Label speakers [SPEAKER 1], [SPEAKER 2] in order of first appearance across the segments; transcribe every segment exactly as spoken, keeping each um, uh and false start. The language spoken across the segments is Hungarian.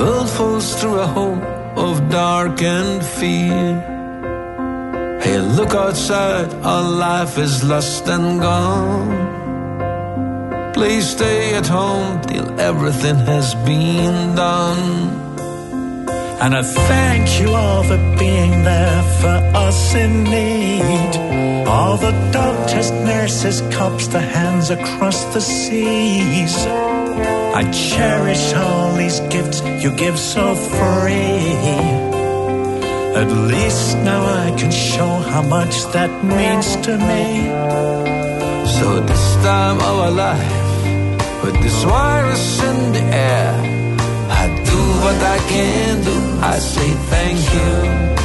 [SPEAKER 1] world falls through a hole of dark and fear. Hey, look outside, our life is lost and gone. Please stay at home till everything has been done.
[SPEAKER 2] And I thank you all for being there for us in need. All the doctors, nurses, cops, the hands across the seas. I cherish all these gifts you give so free. At least now I can show how much that means to me.
[SPEAKER 1] So this time of our life, with this virus in the air, I do what I can do, I say thank you.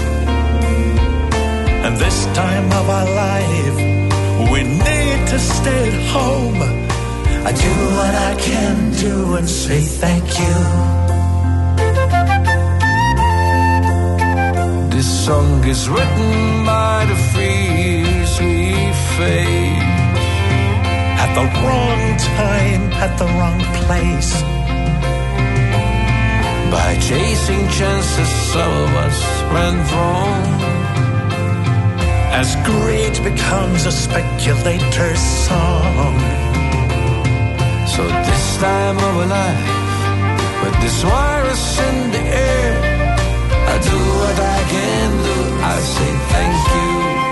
[SPEAKER 2] And this time of our life, we need to stay at home. I do what I can do and say thank you.
[SPEAKER 1] This song is written by the fears we face.
[SPEAKER 2] At the wrong time, at the wrong place.
[SPEAKER 1] By chasing chances some of us ran from.
[SPEAKER 2] As greed becomes a speculator's song.
[SPEAKER 1] So this time of our life, with this virus in the air, I do what I can do, I say thank you.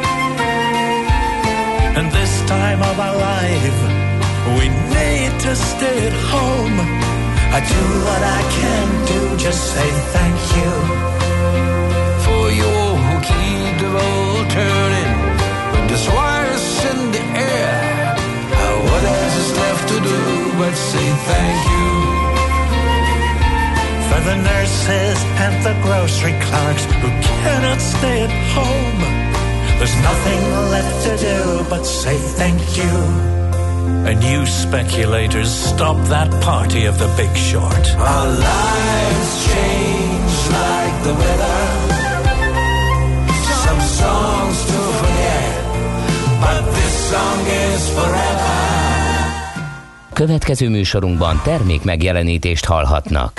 [SPEAKER 2] And this time of our life, we need to stay at home. I do what I can do, just say thank you.
[SPEAKER 1] For you who keep the world turning, with this virus in the air, what else is left to do but say thank you.
[SPEAKER 2] For the nurses and the grocery clerks who cannot stay at home, there's nothing left to do but say thank you. And you speculators, stop that party of the Big Short.
[SPEAKER 1] Our lives change like the weather. Some songs to forget, but this song is forever.
[SPEAKER 3] Következő műsorunkban termék megjelenítést hallhatnak.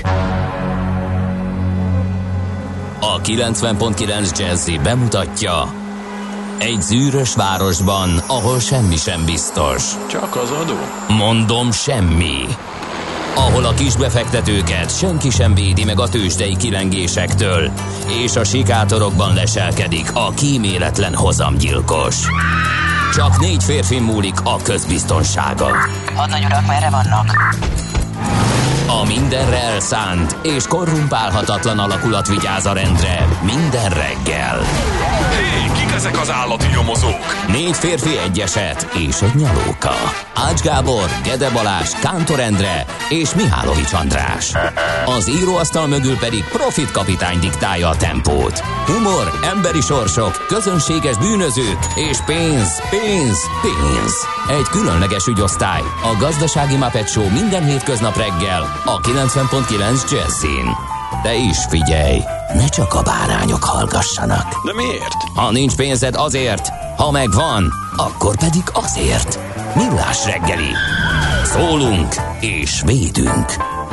[SPEAKER 4] A kilencven pont kilenc Jazzy bemutatja: egy zűrös városban, ahol semmi sem biztos.
[SPEAKER 5] Csak az adó?
[SPEAKER 4] Mondom, semmi. Ahol a kisbefektetőket senki sem védi meg a tőzsdei kilengésektől, és a sikátorokban leselkedik a kíméletlen hozamgyilkos. Csak négy férfi múlik a közbiztonsága.
[SPEAKER 6] Hadnagy urak, merre vannak?
[SPEAKER 4] A mindenre elszánt és korrumpálhatatlan alakulat vigyáz a rendre minden reggel.
[SPEAKER 5] Hé, kik ezek az állati nyomozók?
[SPEAKER 4] Négy férfi, egy eset és egy nyalóka. Ács Gábor, Gede Balázs, Kántor Endre és Mihálovics András. Az íróasztal mögül pedig Profit kapitány diktálja a tempót. Humor, emberi sorsok, közönséges bűnözők és pénz, pénz, pénz. Egy különleges ügyosztály, a Gazdasági Muppet Show minden hétköznap reggel a kilencven pont kilenc Jazzyn. De is figyelj, ne csak a bárányok hallgassanak.
[SPEAKER 5] De miért?
[SPEAKER 4] Ha nincs pénzed, azért, ha megvan, akkor pedig azért. Millás reggeli. Szólunk és védünk.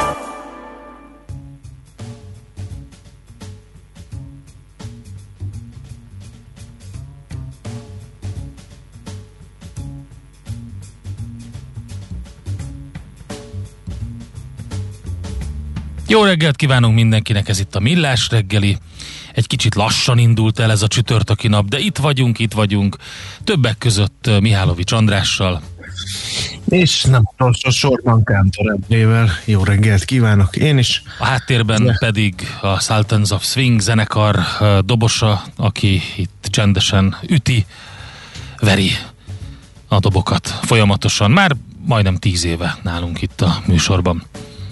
[SPEAKER 7] Jó reggelt kívánunk mindenkinek, ez itt a Millás reggeli. Egy kicsit lassan indult el ez a csütörtöki nap, de itt vagyunk, itt vagyunk. Többek között Mihálovics Andrással.
[SPEAKER 8] És nem utolsó sorban Kántor Endrével. Jó reggelt kívánok én is.
[SPEAKER 7] A háttérben de. pedig a Sultans of Swing zenekar dobosa, aki itt csendesen üti, veri a dobokat folyamatosan. Már majdnem tíz éve nálunk itt a műsorban.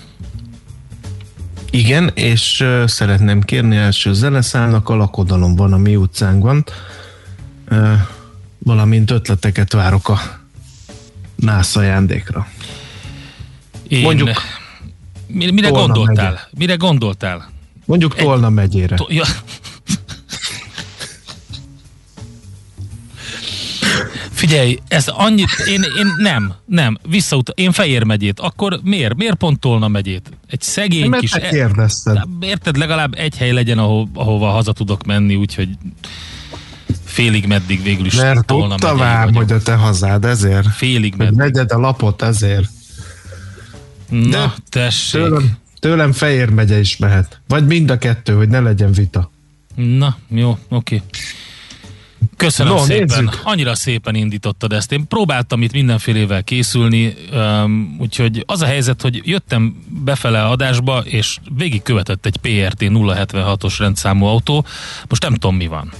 [SPEAKER 8] Igen, és uh, szeretném kérni első zeneszámnak a lakodalomban, a mi utcánkban, uh, valamint ötleteket várok a nász ajándékra.
[SPEAKER 7] Én, Mondjuk mire gondoltál? Megye. Mire gondoltál?
[SPEAKER 8] Mondjuk Tolna Egy, megyére. To, ja.
[SPEAKER 7] Figyelj, ez annyit, én, én nem, nem, visszaut, én Fejér megyét, akkor miért? Miért pont Tolna megyét? Egy szegény
[SPEAKER 8] mert
[SPEAKER 7] kis...
[SPEAKER 8] Mert kérdezted.
[SPEAKER 7] Érted, legalább egy hely legyen, ahol, ahova haza tudok menni, úgyhogy félig meddig végül is
[SPEAKER 8] mert
[SPEAKER 7] Tolna
[SPEAKER 8] megyei vagyok. Hogy a te hazád, ezért.
[SPEAKER 7] Félig meddig.
[SPEAKER 8] Vegyed a lapot, ezért.
[SPEAKER 7] Na,
[SPEAKER 8] de
[SPEAKER 7] tessék.
[SPEAKER 8] Tőlem, tőlem Fejér megye is mehet. Vagy mind a kettő, hogy ne legyen vita.
[SPEAKER 7] Na, jó, oké. Okay. Köszönöm
[SPEAKER 8] no,
[SPEAKER 7] szépen.
[SPEAKER 8] Nézzük.
[SPEAKER 7] Annyira szépen indítottad ezt. Én próbáltam itt mindenfélevel készülni, um, úgyhogy az a helyzet, hogy jöttem befele adásba, és végig követett egy pé er té nulla hetvenhatos rendszámú autó. Most nem tudom, mi van.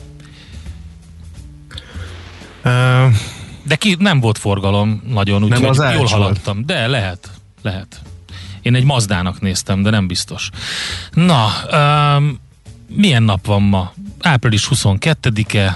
[SPEAKER 8] Uh,
[SPEAKER 7] De ki nem volt forgalom nagyon, úgyhogy jól haladtam. Volt. De lehet, lehet. Én egy Mazdának néztem, de nem biztos. Na, um, milyen nap van ma? április huszonkettedike,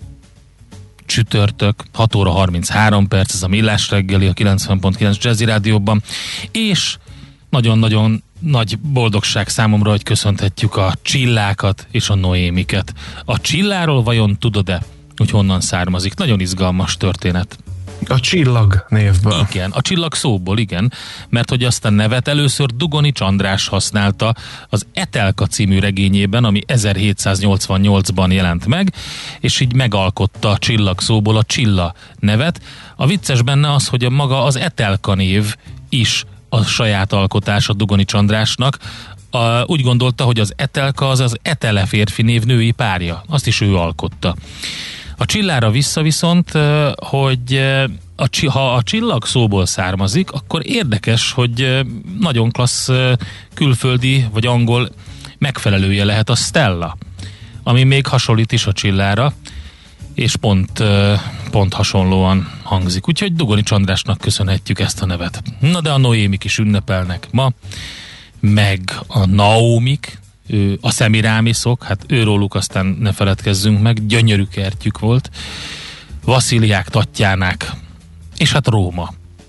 [SPEAKER 7] csütörtök, hat óra harminchárom perc, ez a Millás reggeli a kilencven pont kilenc Jazzy Rádióban, és nagyon-nagyon nagy boldogság számomra, hogy köszönhetjük a Csillákat és a Noémiket. A Csilláról vajon tudod-e, hogy honnan származik? Nagyon izgalmas történet.
[SPEAKER 8] A Csillag névből.
[SPEAKER 7] Igen, a Csillag szóból, igen, mert hogy azt a nevet először Dugonics András használta az Etelka című regényében, ami ezerhétszáznyolcvannyolcban jelent meg, és így megalkotta a Csillag szóból a Csilla nevet. A vicces benne az, hogy a maga az Etelka név is a saját alkotása Dugonics Andrásnak. A, úgy gondolta, hogy az Etelka az az Etele férfi név női párja. Azt is ő alkotta. A Csillára vissza viszont, hogy a, ha a Csillag szóból származik, akkor érdekes, hogy nagyon klassz külföldi vagy angol megfelelője lehet a Stella, ami még hasonlít is a Csillára, és pont, pont hasonlóan hangzik. Úgyhogy Dugonics Andrásnak köszönhetjük ezt a nevet. Na de a Noémik is ünnepelnek ma, meg a Naómik, ő, a Szemirámiszok, hát őróluk aztán ne feledkezzünk meg, gyönyörű kertjük volt, Vasziliák, Tatjánák, és hát Róma.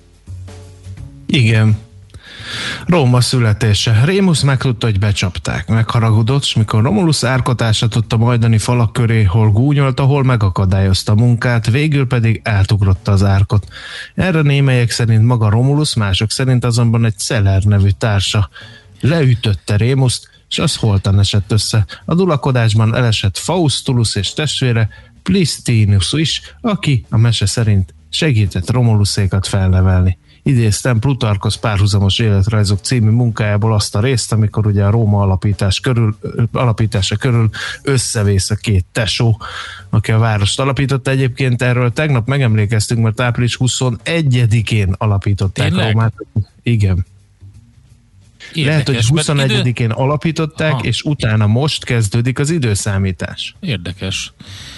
[SPEAKER 8] Igen. Róma születése. Rémusz megtudta, hogy becsapták. Megharagudott, s mikor Romulus árkotásra tudta majdani falak köré, hol gúnyolta, hol megakadályozta a munkát, végül pedig átugrotta az árkot. Erre némelyek szerint maga Romulus, mások szerint azonban egy Celer nevű társa leütötte Rémuszt, és az holtan esett össze. A dulakodásban elesett Faustulus és testvére Plistinus is, aki a mese szerint segített Romuluszékat felnevelni. Idéztem Plutarkosz párhuzamos életrajzok című munkájából azt a részt, amikor ugye a Róma alapítás körül, alapítása körül összevész a két tesó, aki a várost alapította. Egyébként erről tegnap megemlékeztünk, mert április huszonegyedikén alapították
[SPEAKER 7] Tényleg?
[SPEAKER 8] Rómát. Igen.
[SPEAKER 7] Érdekes,
[SPEAKER 8] lehet, hogy huszonegyedikén idő... alapították, aha, és utána most kezdődik az időszámítás.
[SPEAKER 7] Érdekes.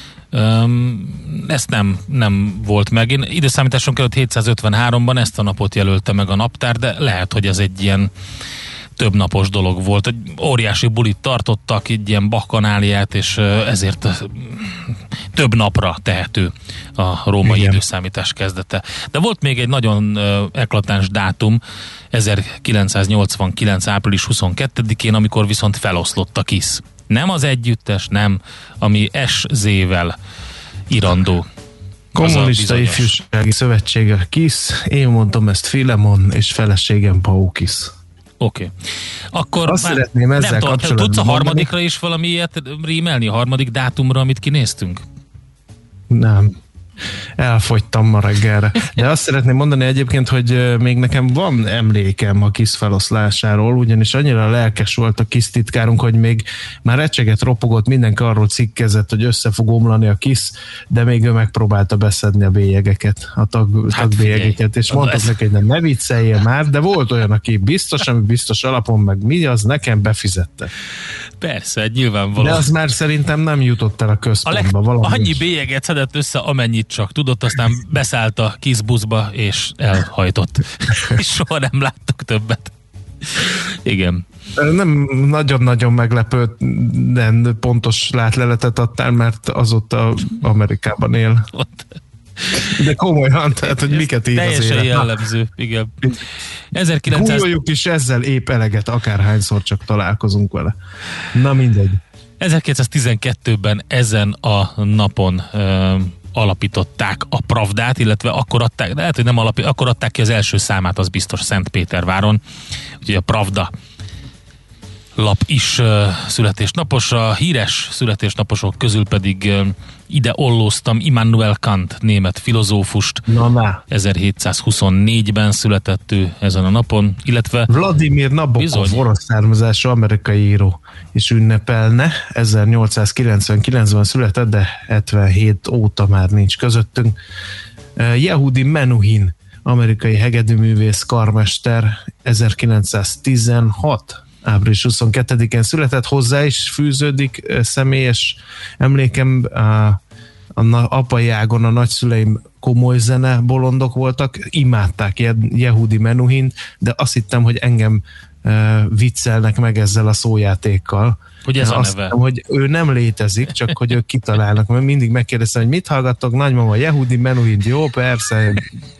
[SPEAKER 7] Um, ezt nem, nem volt meg. Én időszámításon került hétszázötvenháromban ezt a napot jelölte meg a naptár, de lehet, hogy ez egy ilyen több napos dolog volt. Egy óriási bulit tartottak, egy ilyen bakkanáliát, és ezért több napra tehető a római igen. időszámítás kezdete. De volt még egy nagyon uh, eklatáns dátum, ezerkilencszáznyolcvankilenc április huszonkettedikén, amikor viszont feloszlott a KISZ. Nem az együttes, nem, ami es zé-vel irandó.
[SPEAKER 8] Kommunista Ifjúsági Szövetség a KISZ, én mondtam ezt Filemon, és feleségem Paukis.
[SPEAKER 7] Oké. Okay. Akkor
[SPEAKER 8] azt szeretném ezzel
[SPEAKER 7] nem
[SPEAKER 8] kapcsolatban
[SPEAKER 7] tudsz a harmadikra
[SPEAKER 8] mondani?
[SPEAKER 7] is valami ilyet rímelni, a harmadik dátumra, amit kinéztünk?
[SPEAKER 8] Nem. Elfogytam ma reggelre. De azt szeretném mondani egyébként, hogy még nekem van emlékem a KISZ feloszlásáról, ugyanis annyira lelkes volt a KISZ titkárunk, hogy még már recseget ropogott, mindenki arról cikkezett, hogy össze fog omlani a KISZ, de még ő megpróbálta beszedni a bélyegeket, a tag, hát tagbélyegeket, és mondtak ez... neki, hogy nem, ne vicceljél már, de volt olyan, aki biztos, ami biztos alapon, meg mi az, nekem befizette.
[SPEAKER 7] Persze, nyilvánvaló.
[SPEAKER 8] De az már szerintem nem jutott el a központba.
[SPEAKER 7] A leg... Annyi bélyeget szedett össze, amennyit csak tudott, aztán beszállt a KISZ buszba, és elhajtott. És soha nem láttuk többet. Igen.
[SPEAKER 8] Nem nagyon-nagyon meglepően pontos látleletet adtál, mert azóta Amerikában él.
[SPEAKER 7] Ott.
[SPEAKER 8] De komolyan, tehát, hogy miket ír az élet.
[SPEAKER 7] Teljesen jellemző, igen.
[SPEAKER 8] ezerkilencszáz... Gújoljuk is ezzel épp eleget, akárhányszor csak találkozunk vele. Na mindegy.
[SPEAKER 7] ezerkilencszáztizenkettőben ezen a napon uh, alapították a Pravdát, illetve akkor adták, de lehet, hogy nem alapi, akkor adták ki az első számát, az biztos Szentpéterváron, úgyhogy a Pravda lap is uh, születésnapos. A híres születésnaposok közül pedig uh, ide ollóztam Immanuel Kant, német filozófust.
[SPEAKER 8] Na, na.
[SPEAKER 7] ezerhétszázhuszonnégyben született ő ezen a napon, illetve
[SPEAKER 8] Vladimir Nabokov, orosz származású amerikai író is ünnepelne. ezernyolcszázkilencvenkilencben született, de hetvenhét óta már nincs közöttünk. Uh, Yehudi Menuhin, amerikai hegedűművész, karmester, ezerkilencszáztizenhat április huszonkettedikén született, hozzá is fűződik személyes emlékem, a, a apai ágon a nagyszüleim komoly zene bolondok voltak, imádták Yehudi Menuhin, de azt hittem, hogy engem uh, viccelnek meg ezzel a szójátékkal.
[SPEAKER 7] Hogy ez a
[SPEAKER 8] azt
[SPEAKER 7] neve.
[SPEAKER 8] hittem, hogy ő nem létezik, csak hogy ők kitalálnak, mert mindig megkérdeztem, hogy mit hallgattok, nagymama, Yehudi Menuhin, jó, persze.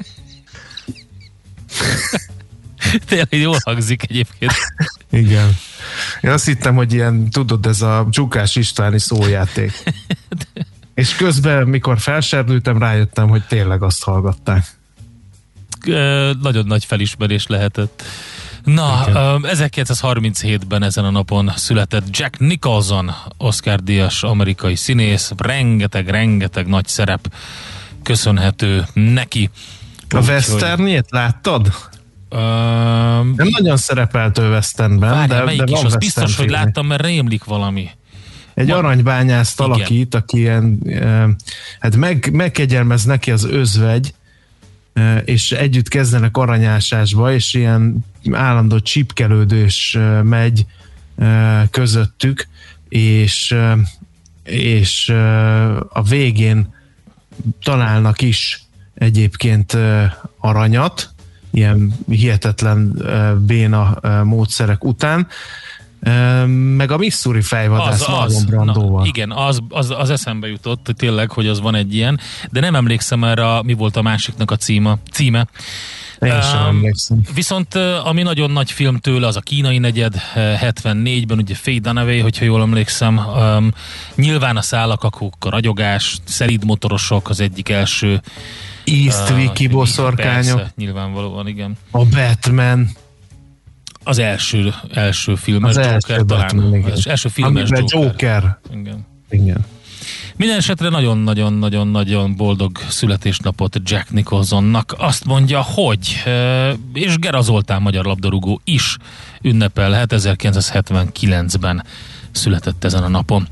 [SPEAKER 7] Tényleg jól hangzik egyébként.
[SPEAKER 8] Igen. Én azt hittem, hogy ilyen, tudod, ez a Csukás Istváni szójáték. És közben, mikor felserdültem, rájöttem, hogy tényleg azt hallgatták.
[SPEAKER 7] Nagyon nagy felismerés lehetett. Na, Igen. ezerkilencszázharminchétben ezen a napon született Jack Nicholson, Oscar-díjas amerikai színész, rengeteg, rengeteg nagy szerep köszönhető neki.
[SPEAKER 8] A westernjét láttad?
[SPEAKER 7] Uh,
[SPEAKER 8] nem nagyon szerepelt ő westernben,
[SPEAKER 7] várjál,
[SPEAKER 8] de,
[SPEAKER 7] melyik
[SPEAKER 8] de
[SPEAKER 7] is,
[SPEAKER 8] van
[SPEAKER 7] az biztos, hogy
[SPEAKER 8] filmje.
[SPEAKER 7] láttam, mert rémlik valami.
[SPEAKER 8] Egy
[SPEAKER 7] van.
[SPEAKER 8] aranybányászt
[SPEAKER 7] Igen.
[SPEAKER 8] alakít, aki ilyen, hát meg, megkegyelmez neki az özvegy, és együtt kezdenek aranyásásba, és ilyen állandó csipkelődés megy közöttük, és, és a végén találnak is egyébként aranyat, ilyen hihetetlen béna módszerek után, meg a Missouri fejvadász Marlon Brandóval.
[SPEAKER 7] Igen, az, az, az eszembe jutott, hogy tényleg, hogy az van egy ilyen, de nem emlékszem erre, mi volt a másiknak a címa, címe.
[SPEAKER 8] Én sem
[SPEAKER 7] um,
[SPEAKER 8] emlékszem.
[SPEAKER 7] Viszont ami nagyon nagy film tőle, az a Kínai negyed, hetvennégyben, ugye Faye Dunaway, hogyha jól emlékszem. Um, nyilván a szálakakók, a ragyogás, szelíd motorosok, az egyik első
[SPEAKER 8] Eastwicki uh, boszorkányok.
[SPEAKER 7] Persze, nyilvánvalóan, igen.
[SPEAKER 8] A Batman.
[SPEAKER 7] Az első, első filmes
[SPEAKER 8] az
[SPEAKER 7] Joker
[SPEAKER 8] első
[SPEAKER 7] talán.
[SPEAKER 8] Batman,
[SPEAKER 7] Az első filmes
[SPEAKER 8] Joker.
[SPEAKER 7] Joker. Igen.
[SPEAKER 8] Igen.
[SPEAKER 7] Minden esetre nagyon-nagyon-nagyon-nagyon boldog születésnapot Jack Nicholsonnak. Azt mondja, hogy és Gera Zoltán magyar labdarúgó is ünnepelhet, ezerkilencszázhetvenkilencben született ezen a napon.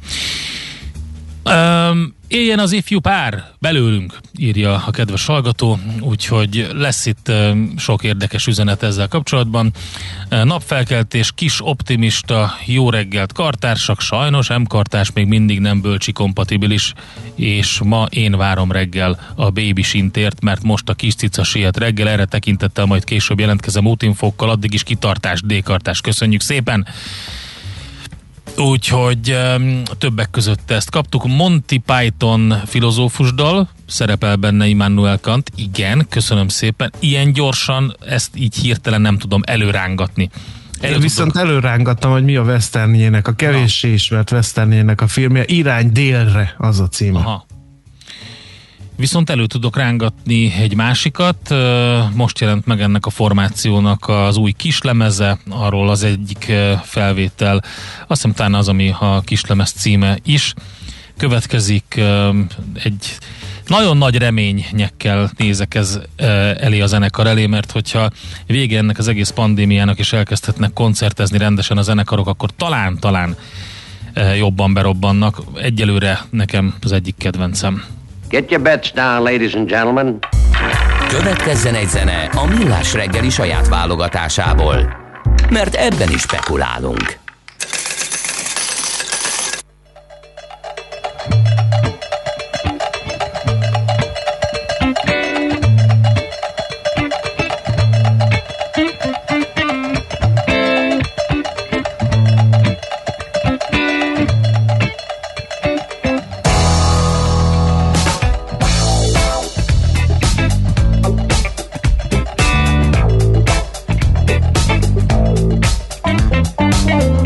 [SPEAKER 7] Um, éljen az ifjú pár belőlünk, írja a kedves hallgató, úgyhogy lesz itt um, sok érdekes üzenet ezzel kapcsolatban. Uh, napfelkeltés, kis optimista, jó reggelt kartársak, sajnos M-kartárs még mindig nem bölcsi kompatibilis, és ma én várom reggel a baby sintért, mert most a kis cica siet reggel, erre tekintettel majd később jelentkezem útinfokkal, addig is kitartás, D-kartás, köszönjük szépen! Úgyhogy um, többek között ezt kaptuk. Monty Python filozófusdal, szerepel benne Immanuel Kant. Igen, köszönöm szépen. Ilyen gyorsan ezt így hirtelen nem tudom előrángatni.
[SPEAKER 8] Elő Én viszont tudok. előrángattam, hogy mi a westernjének, a kevéssé ismert westernjének a filmje. Irány délre az a címe. Aha.
[SPEAKER 7] Viszont elő tudok rángatni egy másikat, most jelent meg ennek a formációnak az új kislemeze, arról az egyik felvétel, azt hiszem talán az, ami a kislemez címe is. Következik egy nagyon nagy reményekkel nézek ez elé a zenekar elé, mert hogyha vége ennek az egész pandémiának és elkezdhetnek koncertezni rendesen a zenekarok, akkor talán-talán jobban berobbannak. Egyelőre nekem az egyik kedvencem.
[SPEAKER 9] Get your bets down, ladies and gentlemen.
[SPEAKER 4] Következzen egy zene a Millás reggeli saját válogatásából, mert ebben is spekulálunk.
[SPEAKER 10] We'll be right back.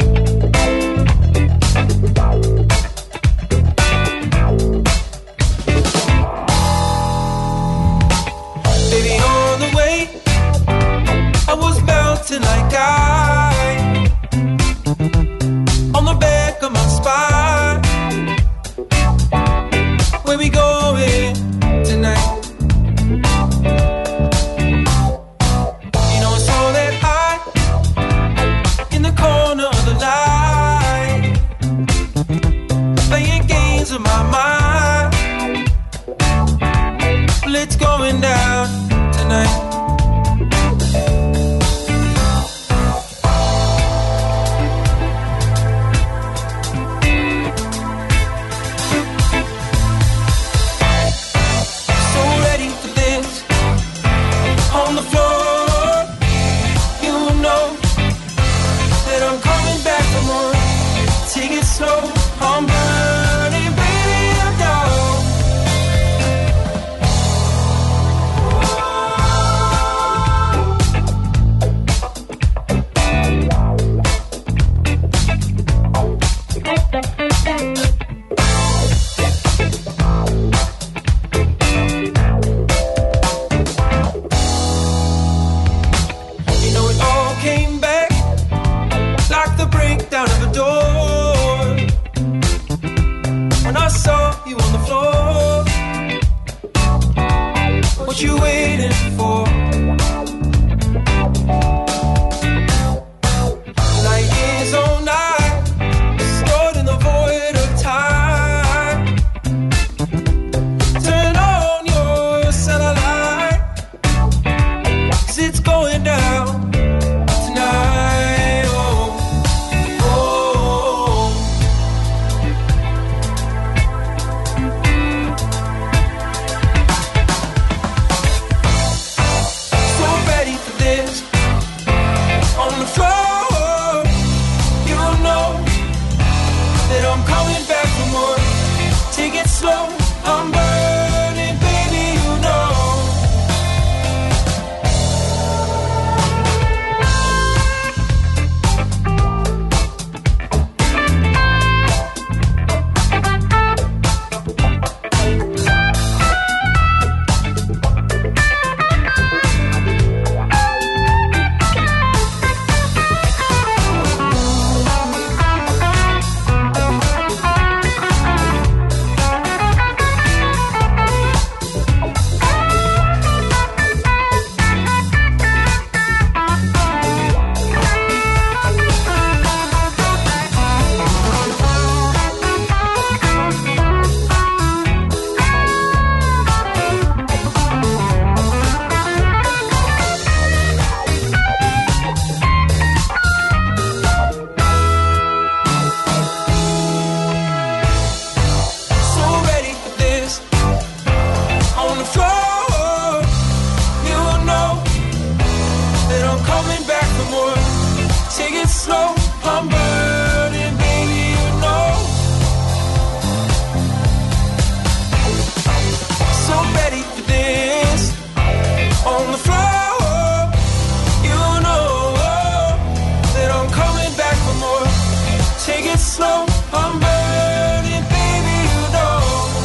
[SPEAKER 1] slow. I'm burning, baby, you know.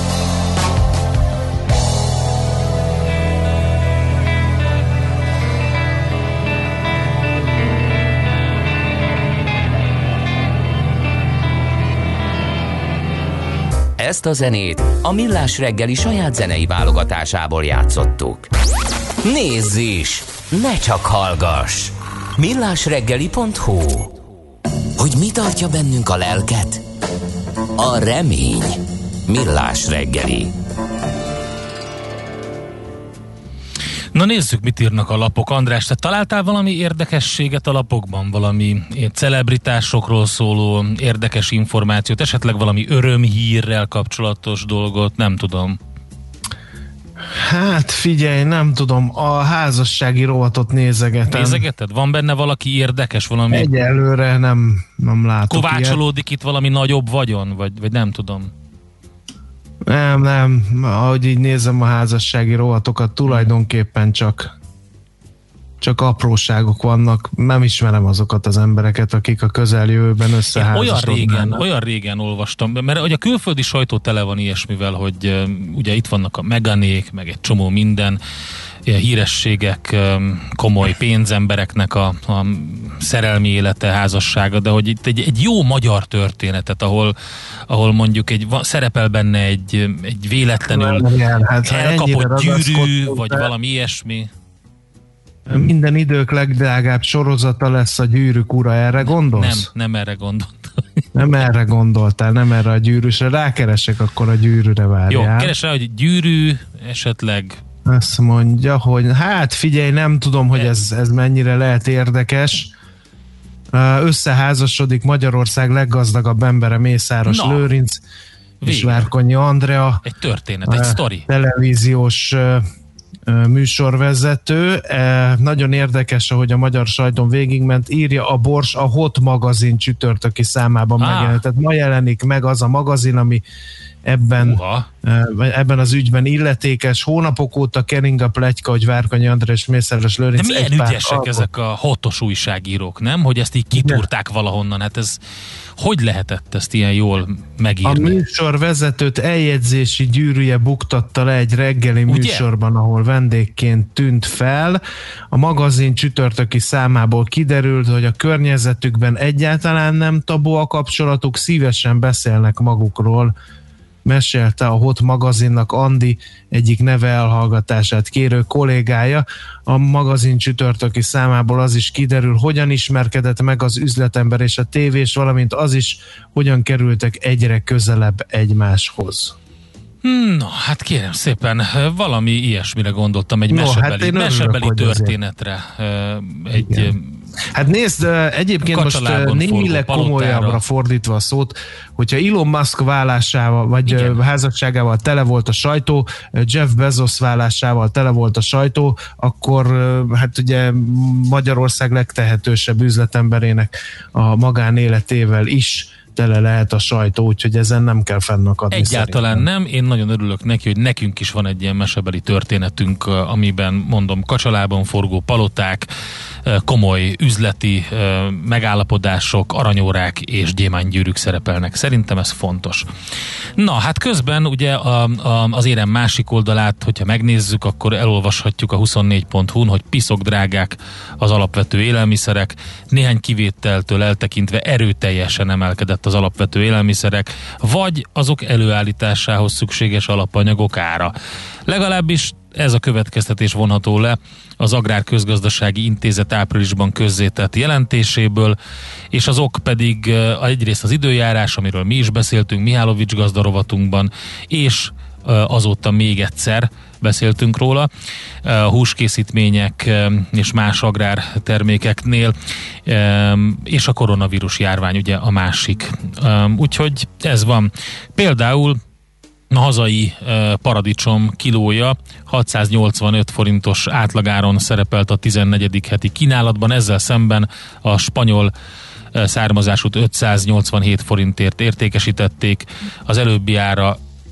[SPEAKER 3] Ezt a zenét a Millás reggeli saját zenei válogatásából játszottuk. Nézz is! Ne csak hallgass! millásreggeli pont hu.
[SPEAKER 4] Hogy mi tartja bennünk a lelket? A remény. Millás reggeli.
[SPEAKER 7] Na nézzük, mit írnak a lapok. András, te találtál valami érdekességet a lapokban? Valami celebritásokról szóló érdekes információt? Esetleg valami örömhírrel kapcsolatos dolgot? Nem tudom.
[SPEAKER 8] Hát figyelj, nem tudom, a házassági rovatot nézegetem.
[SPEAKER 7] Nézegeted? Van benne valaki érdekes? Valami...
[SPEAKER 8] Egyelőre nem, nem látok
[SPEAKER 7] kovácsolódik ilyet. Itt valami nagyobb vagyon? Vagy, vagy nem tudom.
[SPEAKER 8] Nem, nem. Ahogy így nézem a házassági rovatokat, tulajdonképpen csak csak apróságok vannak. Nem ismerem azokat az embereket, akik a közeljövőben összeházasodnak.
[SPEAKER 7] Olyan régen, olyan régen olvastam, mert ugye a külföldi sajtó tele van ilyesmivel, hogy uh, ugye itt vannak a Meganék, meg egy csomó minden ilyen hírességek, um, komoly pénzembereknek a, a szerelmi élete, házassága, de hogy itt egy, egy jó magyar történetet, ahol, ahol mondjuk egy, szerepel benne egy, egy véletlenül
[SPEAKER 8] hát,
[SPEAKER 7] elkapott gyűrű, vagy valami ilyesmi.
[SPEAKER 8] Minden idők legdrágább sorozata lesz a Gyűrűk ura, erre gondolsz?
[SPEAKER 7] Nem, nem erre gondoltam.
[SPEAKER 8] Nem erre gondoltál, nem erre a gyűrűsre. Rákeresek, akkor a gyűrűre várjál.
[SPEAKER 7] Jó, keres rá, hogy gyűrű, esetleg...
[SPEAKER 8] Azt mondja, hogy hát figyelj, nem tudom, hogy ez, ez mennyire lehet érdekes. Összeházasodik Magyarország leggazdagabb embere, Mészáros Na, Lőrinc és Várkonyi Andrea.
[SPEAKER 7] Egy történet, egy sztori.
[SPEAKER 8] Televíziós műsorvezető. Nagyon érdekes, ahogy a magyar sajton végigment, írja a Bors a Hot magazin csütörtöki számában ah. megjelent. Tehát ma jelenik meg az a magazin, ami ebben, uh, ebben az ügyben illetékes. Hónapok óta kering a pletyka, hogy Várkonyi Andrea és Mészáros Lőrinc.
[SPEAKER 7] De milyen ügyesek alkot. Ezek a hotos újságírók, nem? Hogy ezt így kitúrták valahonnan. Hát ez hogy lehetett ezt ilyen jól megírni?
[SPEAKER 8] A műsor vezetőt eljegyzési gyűrűje buktatta le egy reggeli Ugye? műsorban, ahol vendégként tűnt fel. A magazin csütörtöki számából kiderült, hogy a környezetükben egyáltalán nem tabu a kapcsolatuk, szívesen beszélnek magukról. Mesélte a Hot magazinnak Andi egyik neve elhallgatását kérő kollégája. A magazin csütörtöki számából az is kiderül, hogyan ismerkedett meg az üzletember és a tévés, valamint az is, hogyan kerültek egyre közelebb egymáshoz.
[SPEAKER 7] No, hát kérem szépen, valami ilyesmire gondoltam, egy no, mesebeli, hát mesebeli történetre. Egy,
[SPEAKER 8] Igen. Hát nézd, egyébként most némileg komolyabbra fordítva a szót, hogyha Elon Musk vállásával, vagy Igen. házasságával tele volt a sajtó, Jeff Bezos vállásával tele volt a sajtó, akkor hát ugye Magyarország legtehetősebb üzletemberének a magánéletével is tele lehet a sajtó, úgyhogy ezen nem kell fennakadni.
[SPEAKER 7] Egyáltalán
[SPEAKER 8] szerintem.
[SPEAKER 7] Nem, én nagyon örülök neki, hogy nekünk is van egy ilyen mesebeli történetünk, amiben mondom, kacsalában forgó paloták, komoly üzleti megállapodások, aranyórák és gyémánygyűrűk szerepelnek. Szerintem ez fontos. Na, hát közben ugye a, a, az érem másik oldalát, hogyha megnézzük, akkor elolvashatjuk a huszonnégy pont hu-n, hogy piszok drágák az alapvető élelmiszerek, néhány kivételtől eltekintve erőteljesen emelkedett az alapvető élelmiszerek, vagy azok előállításához szükséges alapanyagok ára. Legalábbis ez a következtetés vonható le az Agrárközgazdasági Intézet áprilisban közzétett jelentéséből, és az ok pedig egyrészt az időjárás, amiről mi is beszéltünk Mihálovics gazdarovatunkban, és azóta még egyszer beszéltünk róla, a húskészítmények és más agrártermékeknél, és a koronavírus járvány ugye a másik. Úgyhogy ez van. Például a hazai paradicsom kilója hatszáznyolcvanöt forintos átlagáron szerepelt a tizennegyedik heti kínálatban, ezzel szemben a spanyol származásút ötszáznyolcvanhét forintért értékesítették, az előbbi ára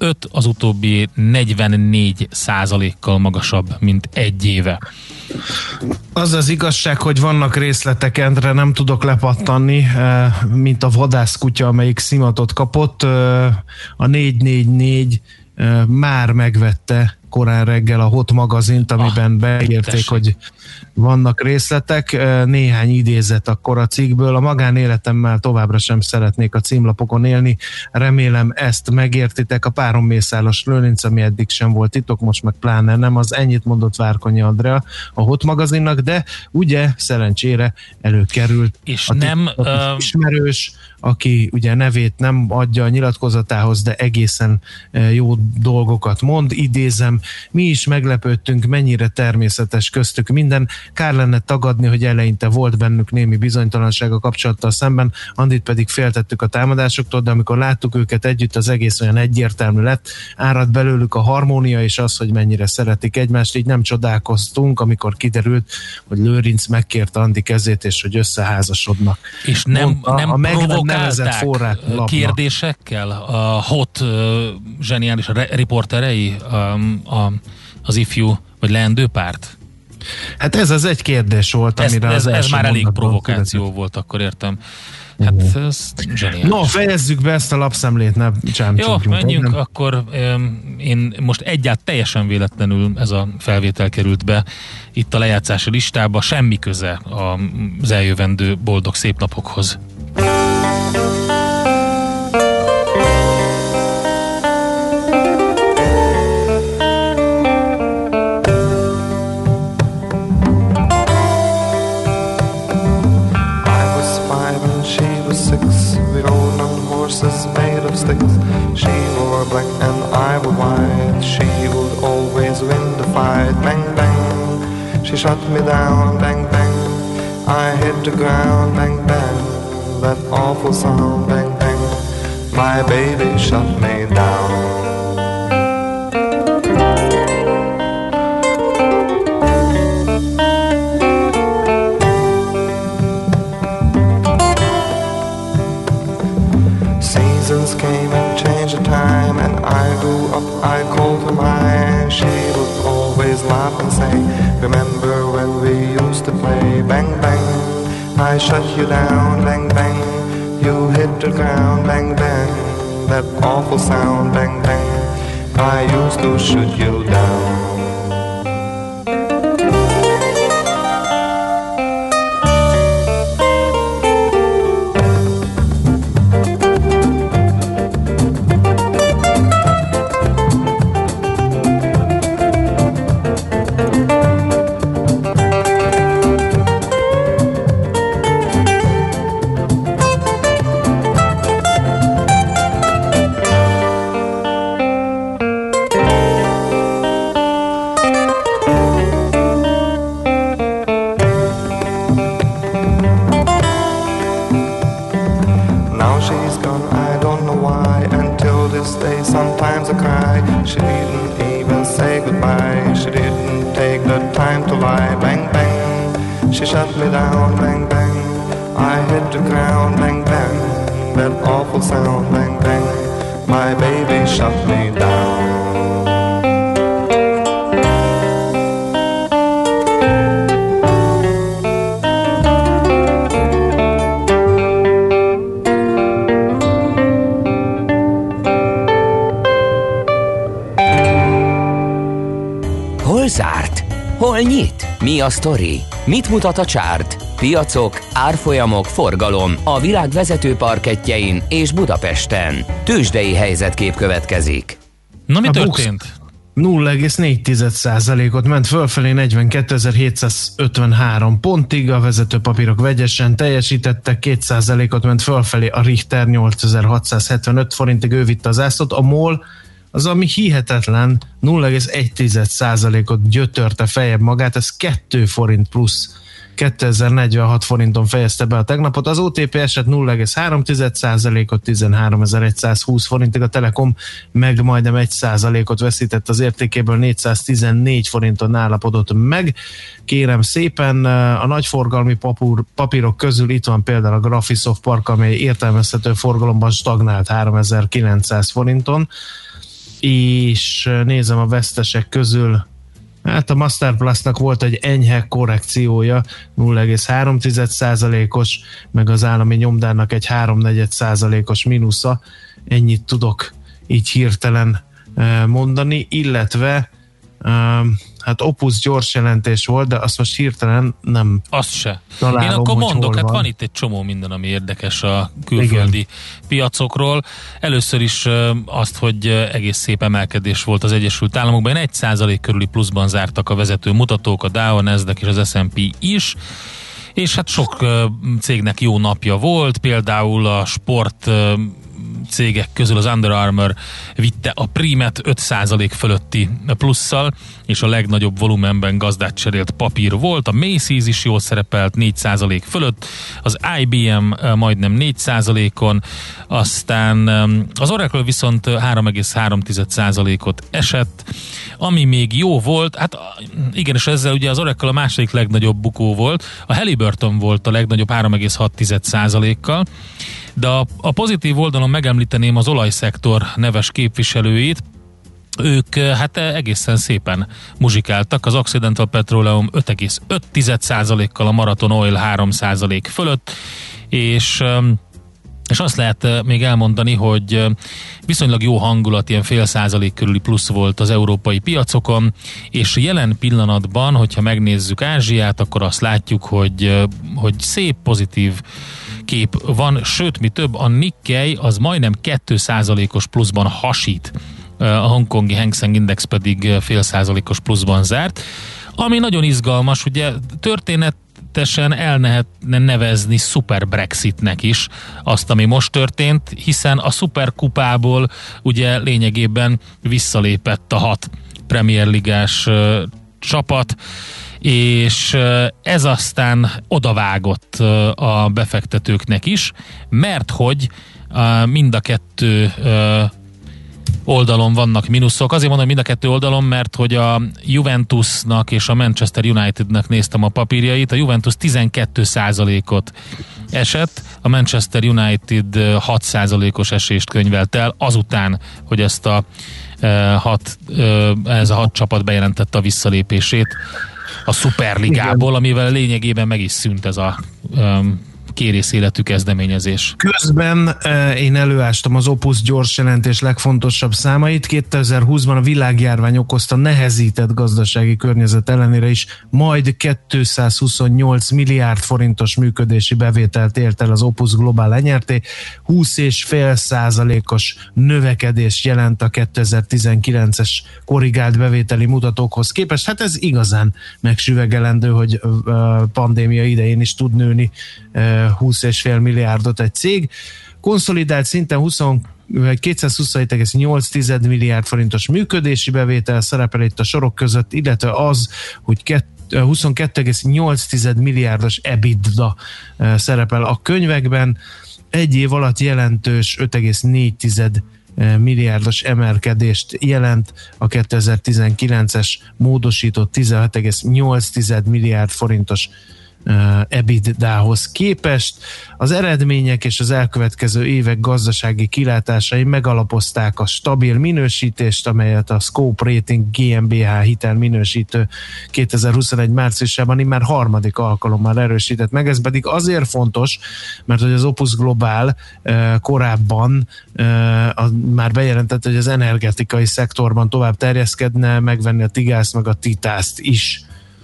[SPEAKER 7] öt, az utóbbi negyvennégy százalékkal magasabb, mint egy éve.
[SPEAKER 8] Az az igazság, hogy vannak részletek, Endre, nem tudok lepattanni, mint a vadászkutya, amelyik szimatot kapott. A négy négy négy már megvette korán reggel a Hot magazint, amiben ah, beírték, tessék. Hogy vannak részletek, néhány idézet akkor a cikkből. A magánéletemmel továbbra sem szeretnék a címlapokon élni. Remélem ezt megértitek. A párom mészáros lőrinc, ami eddig sem volt titok, most meg pláne nem. Az ennyit mondott Várkonyi Andrea a Hot magazinnak, de ugye szerencsére előkerült
[SPEAKER 7] és
[SPEAKER 8] a
[SPEAKER 7] nem
[SPEAKER 8] uh... ismerős, aki ugye nevét nem adja a nyilatkozatához, de egészen jó dolgokat mond. Idézem, mi is meglepődtünk, mennyire természetes köztük minden. Kár lenne tagadni, hogy eleinte volt bennük némi bizonytalanság a kapcsolattal szemben, Andit pedig féltettük a támadásoktól, de amikor láttuk őket együtt, az egész olyan egyértelmű lett. Árad belőlük a harmónia és az, hogy mennyire szeretik egymást, így nem csodálkoztunk, amikor kiderült, hogy Lőrinc megkérte Andi kezét, és hogy összeházasodnak.
[SPEAKER 7] És nem,
[SPEAKER 8] Mondta,
[SPEAKER 7] nem
[SPEAKER 8] a
[SPEAKER 7] provokálták kérdésekkel a Hot uh, zseniális riporterei um, a, az ifjú vagy leendő párt?
[SPEAKER 8] Hát ez az egy kérdés volt, amire
[SPEAKER 7] ez,
[SPEAKER 8] az
[SPEAKER 7] ez, ez már elég provokáció
[SPEAKER 8] kérdezett.
[SPEAKER 7] Volt, akkor értem. Hát uh-huh. ez zseniális.
[SPEAKER 8] No, fejezzük be ezt a lapszemlét, ne csámcsogjuk.
[SPEAKER 7] Jó, menjünk, nem? Akkor um, én most egyáltalán teljesen véletlenül ez a felvétel került be itt a lejátszási listába, semmi köze az eljövendő boldog szép napokhoz.
[SPEAKER 10] Made of sticks. She wore black and I wore white. She would always win the fight. Bang bang, she shot me down. Bang bang, I hit the ground. Bang bang, that awful sound. Bang bang, my baby shot me down. Came and changed the time, and I grew up, I called her mine. She would always laugh and say, remember when we used to play. Bang bang, I shut you down. Bang bang, you hit the ground. Bang bang, that awful sound. Bang bang, I used to shoot you down.
[SPEAKER 3] Mi a sztori? Mit mutat a csárt? Piacok, árfolyamok, forgalom a világ vezető parkettjein és Budapesten. Tőzsdei helyzetkép következik.
[SPEAKER 7] Na mi a történt?
[SPEAKER 8] nulla egész négy százalékot ment fölfelé negyvenkétezer-hétszázötvenhárom pontig, a vezető papírok vegyesen teljesítettek, két százalékot ment fölfelé a Richter nyolcezer-hatszázhetvenöt forintig ő vitte az ászlót, a MOL az, ami hihetetlen, nulla egész egy százalékot gyötörte feljebb magát, ez két forint plusz, kétezer-negyvenhat forinton fejezte be a tegnapot, az o té pé eset nulla egész három százalékot, tizenháromezer-egyszázhúsz forintig, a Telekom meg majdnem egy százalékot veszített az értékéből, négyszáztizennégy forinton állapodott meg. Kérem szépen, a nagyforgalmi papír, papírok közül itt van például a Graphisoft Park, amely értelmezhető forgalomban stagnált háromezer-kilencszáz forinton, és nézem a vesztesek közül, hát a Masterplastnak volt egy enyhe korrekciója, nulla egész három százalékos, meg az állami nyomdának egy három negyed százalékos mínusza, ennyit tudok így hirtelen mondani, illetve hát Opus gyors jelentés volt, de azt most hirtelen nem
[SPEAKER 7] azt se.
[SPEAKER 8] találom,
[SPEAKER 7] Én akkor mondok, hát
[SPEAKER 8] van.
[SPEAKER 7] van itt egy csomó minden, ami érdekes a külföldi Igen. piacokról. Először is azt, hogy egész szép emelkedés volt az Egyesült Államokban. egy százalék körüli pluszban zártak a vezető mutatók, a Dow, a Nasdaq és az es and pé is. És hát sok cégnek jó napja volt, például a sport cégek közül az Under Armour vitte a prímet öt százalék fölötti plusszal, és a legnagyobb volumenben gazdát cserélt papír volt. A Macy's is jól szerepelt négy százalék fölött, az i bé em majdnem négy százalékon, aztán az Oracle viszont három egész három százalékot esett. Ami még jó volt, hát igen, és ezzel ugye az Oracle a második legnagyobb bukó volt, a Halliburton volt a legnagyobb három egész hat százalékkal, de a, a pozitív oldalon megemlíteném az olajszektor neves képviselőit. Ők hát egészen szépen muzsikáltak, az Occidental Petroleum öt egész öt százalékkal, a Marathon Oil három százalék fölött, és és azt lehet még elmondani, hogy viszonylag jó hangulat, ilyen fél százalék körüli plusz volt az európai piacokon, és jelen pillanatban, hogyha megnézzük Ázsiát, akkor azt látjuk, hogy, hogy szép pozitív kép van, sőt, mi több, a Nikkei az majdnem két százalékos pluszban hasít, a hongkongi Hang Seng Index pedig fél százalékos pluszban zárt, ami nagyon izgalmas, ugye történet teljesen el lehetne nevezni szuper Brexitnek is azt, ami most történt, hiszen a szuperkupából ugye lényegében visszalépett a hat Premier Ligás uh, csapat, és uh, ez aztán odavágott uh, a befektetőknek is, mert hogy uh, mind a kettő uh, oldalon vannak mínuszok. Azért mondom, hogy mind a kettő oldalon, mert hogy a Juventusnak és a Manchester Unitednek néztem a papírjait, a Juventus tizenkét százalékot esett, a Manchester United hat százalékos esést könyvelt el, azután, hogy ezt a hat, ez a hat csapat bejelentette a visszalépését a Szuperligából, amivel lényegében meg is szűnt ez a kérész életű kezdeményezés.
[SPEAKER 8] Közben eh, én előástam az Opus gyors jelentés legfontosabb számait. kétezer-húszban a világjárvány okozta nehezített gazdasági környezet ellenére is majd kétszázhuszonnyolc milliárd forintos működési bevételt ért el az Opus Global lenyerté. húsz egész öt százalékos növekedés jelent a kétezer-tizenkilences korrigált bevételi mutatókhoz képest. Hát ez igazán megsüvegelendő, hogy uh, pandémia idején is tud nőni uh, húsz egész öt milliárdot egy cég. Konszolidált szinten kétszázhuszonhét egész nyolc milliárd forintos működési bevétel szerepel itt a sorok között, illetve az, hogy huszonkettő egész nyolc milliárdos EBITDA szerepel a könyvekben. Egy év alatt jelentős öt egész négy milliárdos emelkedést jelent a kétezer-tizenkilences módosított tizenhat egész nyolc milliárd forintos EBITDA-hoz képest. Az eredmények és az elkövetkező évek gazdasági kilátásai megalapozták a stabil minősítést, amelyet a Scope Rating gé em bé há hitelminősítő kétezer-huszonegy márciusában immár harmadik alkalommal erősített meg. Ez pedig azért fontos, mert hogy az Opus Global korábban már bejelentett, hogy az energetikai szektorban tovább terjeszkedne, megvenni a Tigást meg a Titászt is.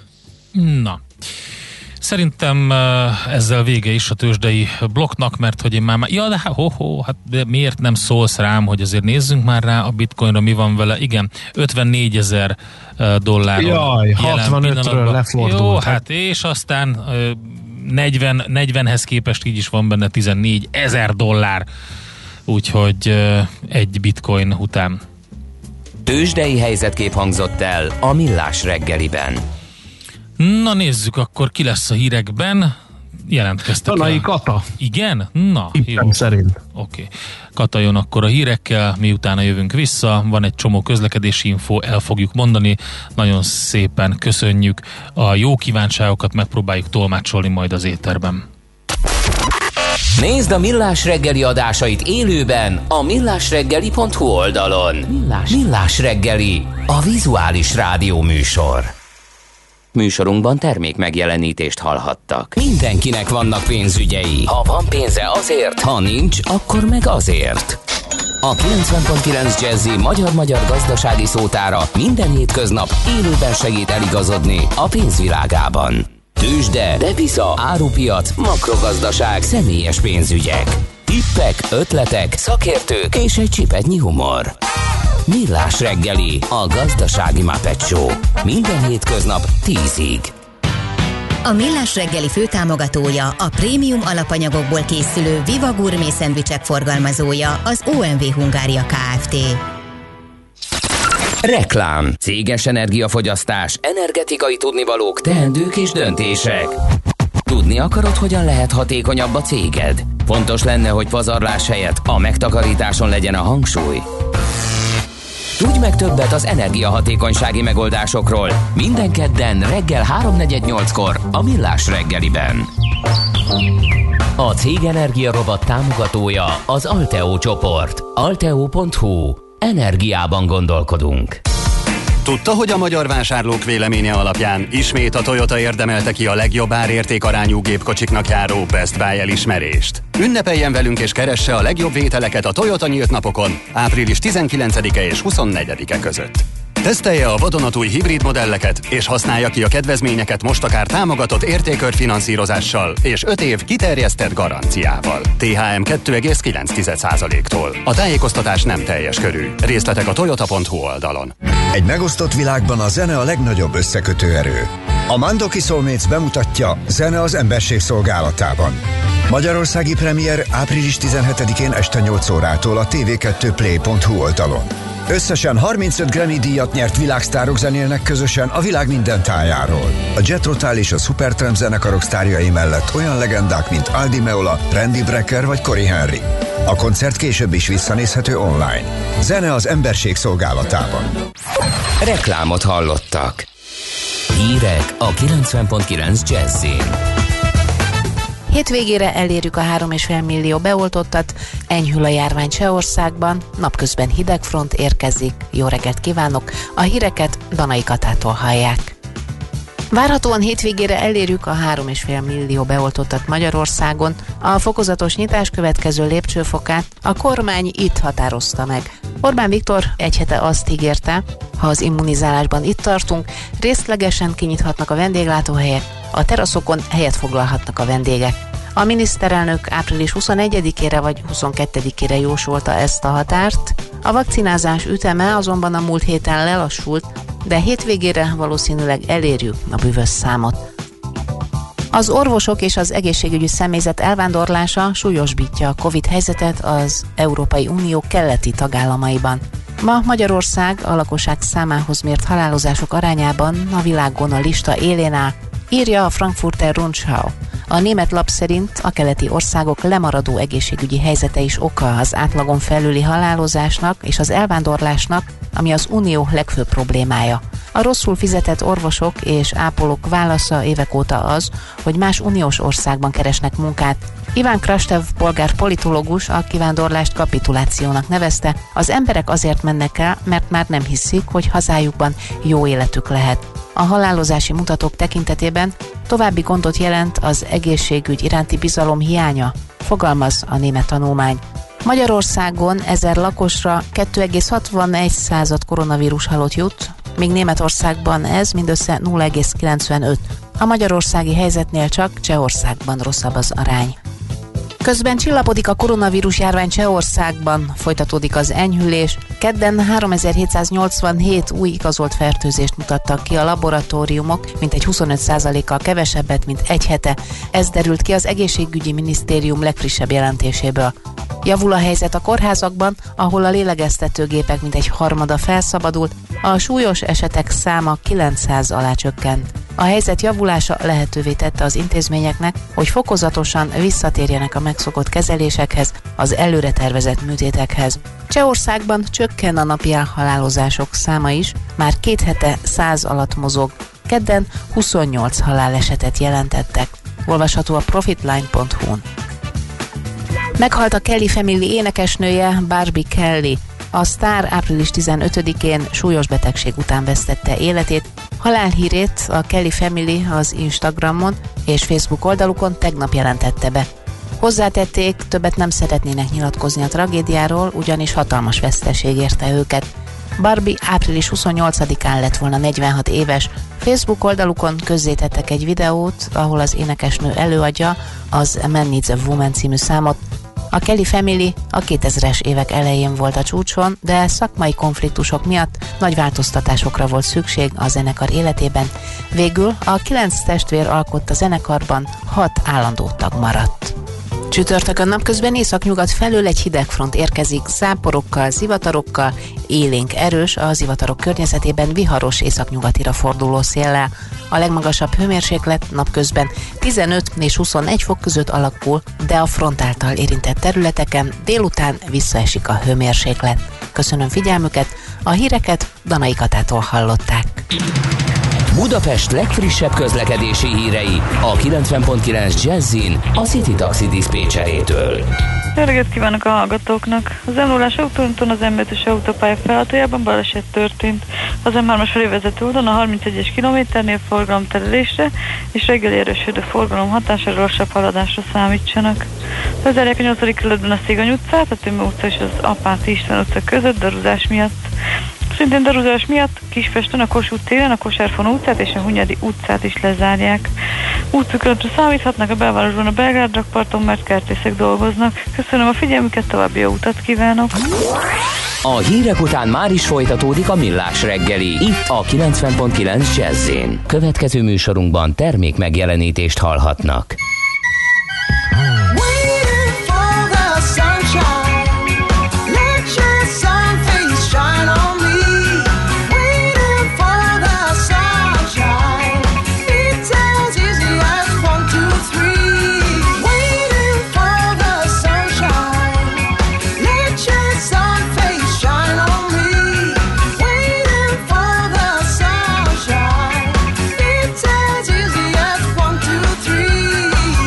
[SPEAKER 7] Na, szerintem ezzel vége is a tőzsdei blokknak, mert hogy én már... Ja, de hát, ho, ho, hát de miért nem szólsz rám, hogy azért nézzünk már rá a bitcoinra, mi van vele? Igen, ötvennégyezer dolláron.
[SPEAKER 8] Jaj, hatvanötről lefordult.
[SPEAKER 7] Jó, hát és aztán negyven, negyvenhez képest így is van benne tizennégy ezer dollár. Úgyhogy egy bitcoin után.
[SPEAKER 3] Tőzsdei helyzetkép hangzott el a Millás reggeliben.
[SPEAKER 7] Na nézzük akkor, ki lesz a hírekben. Jelentkeztek
[SPEAKER 8] Tanai
[SPEAKER 7] el.
[SPEAKER 8] Kata.
[SPEAKER 7] Igen? Na,
[SPEAKER 8] Éppen
[SPEAKER 7] jó.
[SPEAKER 8] szerint.
[SPEAKER 7] Oké. Okay. Kata jön akkor a hírekkel, miutána jövünk vissza. Van egy csomó közlekedési info, el fogjuk mondani. Nagyon szépen köszönjük a jó kívánságokat, megpróbáljuk tolmácsolni majd az éterben.
[SPEAKER 3] Nézd a Millás reggeli adásait élőben a millásreggeli pont hu oldalon. Millás, Millás reggeli, a vizuális rádió műsor. Műsorunkban termék megjelenítést hallhattak. Mindenkinek vannak pénzügyei. Ha van pénze, azért, ha nincs, akkor meg azért. A kilencven pont kilenc Jazzy magyar-magyar gazdasági szótára minden hétköznap élőben segít eligazodni a pénzvilágában. Tőzsde, depisza, árupiac, makrogazdaság, személyes pénzügyek. Tippek, ötletek, szakértők és egy csipetnyi humor. Millás reggeli, a gazdasági Muppet Show. Minden hétköznap tízig.
[SPEAKER 11] A Millás reggeli főtámogatója, a prémium alapanyagokból készülő Viva Gourmet szendvicsek forgalmazója, az o em vé Hungária Kft.
[SPEAKER 3] Reklám, céges energiafogyasztás, energetikai tudnivalók, teendők és döntések. Tudni akarod, hogyan lehet hatékonyabb a céged? Fontos lenne, hogy pazarlás helyett a megtakarításon legyen a hangsúly. Tudj meg többet az energiahatékonysági megoldásokról minden kedden reggel háromnegyed-nyolckor a Millás reggeliben. A Cég Energia Robot támogatója az Alteo csoport. alteo pont hu. Energiában gondolkodunk.
[SPEAKER 12] Tudta, hogy a magyar vásárlók véleménye alapján ismét a Toyota érdemelte ki a legjobb árértékarányú gépkocsiknak járó Best Buy elismerést? Ünnepeljen velünk és keresse a legjobb vételeket a Toyota nyílt napokon április tizenkilencedike és huszonnegyedike között. Tesztelje a vadonatúj hibrid modelleket, és használja ki a kedvezményeket most akár támogatott értékkörfinanszírozással és öt év kiterjesztett garanciával. té há em kettő egész kilenc százaléktól. A tájékoztatás nem teljes körű. Részletek a toyota pont hu oldalon.
[SPEAKER 13] Egy megosztott világban a zene a legnagyobb összekötő erő. A Mandoki Soulmates bemutatja Zene az emberség szolgálatában. Magyarországi premier április tizenhetedikén este nyolc órától a té vé kettő play pont hu oldalon. Összesen harmincöt Grammy díjat nyert világsztárok zenélnek közösen a világ minden tájáról. A Jet Rotal és a Supertramp zenekarok sztárjai mellett olyan legendák, mint Al Di Meola, Randy Brecker vagy Cory Henry. A koncert később is visszanézhető online. Zene az emberség szolgálatában.
[SPEAKER 3] Reklámot hallottak. Hírek a kilencven pont kilenc Jazzyn.
[SPEAKER 14] Hétvégére elérjük a három és fél millió beoltottat, enyhül a járvány Csehországban, napközben hidegfront érkezik. Jó reggelt kívánok, a híreket Danai Katától hallják. Várhatóan hétvégére elérjük a három és fél millió beoltottat Magyarországon. A fokozatos nyitás következő lépcsőfokát a kormány itt határozta meg. Orbán Viktor egy hete azt ígérte, ha az immunizálásban itt tartunk, részlegesen kinyithatnak a vendéglátóhelyek, a teraszokon helyet foglalhatnak a vendégek. A miniszterelnök április huszonegyedikére vagy huszonkettedikére jósolta ezt a határt, a vakcinázás üteme azonban a múlt héten lelassult, de hétvégére valószínűleg elérjük a bűvös számot. Az orvosok és az egészségügyi személyzet elvándorlása súlyosbítja a Covid helyzetet az Európai Unió keleti tagállamaiban. Ma Magyarország a lakosság számához mért halálozások arányában a világon a lista élén áll, írja a Frankfurter Rundschau. A német lap szerint a keleti országok lemaradó egészségügyi helyzete is oka az átlagon felüli halálozásnak és az elvándorlásnak, ami az unió legfőbb problémája. A rosszul fizetett orvosok és ápolók válasza évek óta az, hogy más uniós országban keresnek munkát. Iván Krastev bolgár politológus a kivándorlást kapitulációnak nevezte, az emberek azért mennek el, mert már nem hiszik, hogy hazájukban jó életük lehet. A halálozási mutatók tekintetében további gondot jelent az egészségügy iránti bizalom hiánya, fogalmaz a német tanulmány. Magyarországon ezer lakosra kettő egész hatvanegy század koronavírus halott jut, míg Németországban ez mindössze nulla egész kilencvenöt. A magyarországi helyzetnél csak Csehországban rosszabb az arány. Közben csillapodik a koronavírus járvány Csehországban, folytatódik az enyhülés. Kedden háromezer-hétszáznyolcvanhét új igazolt fertőzést mutattak ki a laboratóriumok, mintegy huszonöt százalékkal kevesebbet, mint egy hete. Ez derült ki az egészségügyi minisztérium legfrissebb jelentéséből. Javul a helyzet a kórházakban, ahol a lélegeztetőgépek mintegy harmada felszabadult, a súlyos esetek száma kilencszáz alá csökkent. A helyzet javulása lehetővé tette az intézményeknek, hogy fokozatosan visszatérjenek a megszokott kezelésekhez, az előre tervezett műtétekhez. Csehországban csökken a napi elhalálozások száma is, már két hete száz alatt mozog. Kedden huszonnyolc halálesetet jelentettek. Olvasható a profitline pont hu-n. Meghalt a Kelly Family énekesnője, Barbie Kelly. A sztár április tizenötödikén súlyos betegség után vesztette életét. Halálhírét a Kelly Family az Instagramon és Facebook oldalukon tegnap jelentette be. Hozzátették, többet nem szeretnének nyilatkozni a tragédiáról, ugyanis hatalmas veszteség érte őket. Barbie április huszonnyolcadikán lett volna negyvenhat éves. Facebook oldalukon közzétettek egy videót, ahol az énekesnő előadja az A Man Needs a Woman című számot. A Kelly Family a kétezres évek elején volt a csúcson, de szakmai konfliktusok miatt nagy változtatásokra volt szükség a zenekar életében. Végül a kilenc testvér alkotta zenekarban, hat állandó tag maradt. Csütörtökön napközben északnyugat felől egy hidegfront érkezik, záporokkal, zivatarokkal, élénk erős, a zivatarok környezetében viharos északnyugatira forduló széllel. A legmagasabb hőmérséklet napközben tizenöt és huszonegy fok között alakul, de a front által érintett területeken délután visszaesik a hőmérséklet. Köszönöm figyelmüket, a híreket Danai Katától hallották.
[SPEAKER 3] Budapest legfrissebb közlekedési hírei a kilencven pont kilenc Jazzin a City Taxi diszpécserétől.
[SPEAKER 15] Jó reggelt kívánok a hallgatóknak! Az elmúlás autónton az em ötös autópálya felhatójában baleset történt. Az em hármas felé vezető úton a harmincegyes kilométernél forgalomterelésre és reggeli erősödő forgalom hatására lassabb haladásra számítsanak. Lezárják a nyolcadik kerületben a Szigony utcát, a Tüme utca és az Apáti István utca között daruzás miatt. Szintén daruzás miatt Kispesten a Kossuth téren a Kosárfonó utcát és a Hunyadi utcát is lezárják. Útszűkületre számíthatnak a belvárosban a Belgrád rakparton, mert kertészek dolgoznak. Köszönöm a figyelmüket, további jó utat kívánok!
[SPEAKER 3] A hírek után már is folytatódik a Millás reggeli, itt a kilencven pont kilenc Jazz-én. Következő műsorunkban termék megjelenítést hallhatnak.
[SPEAKER 16] Three.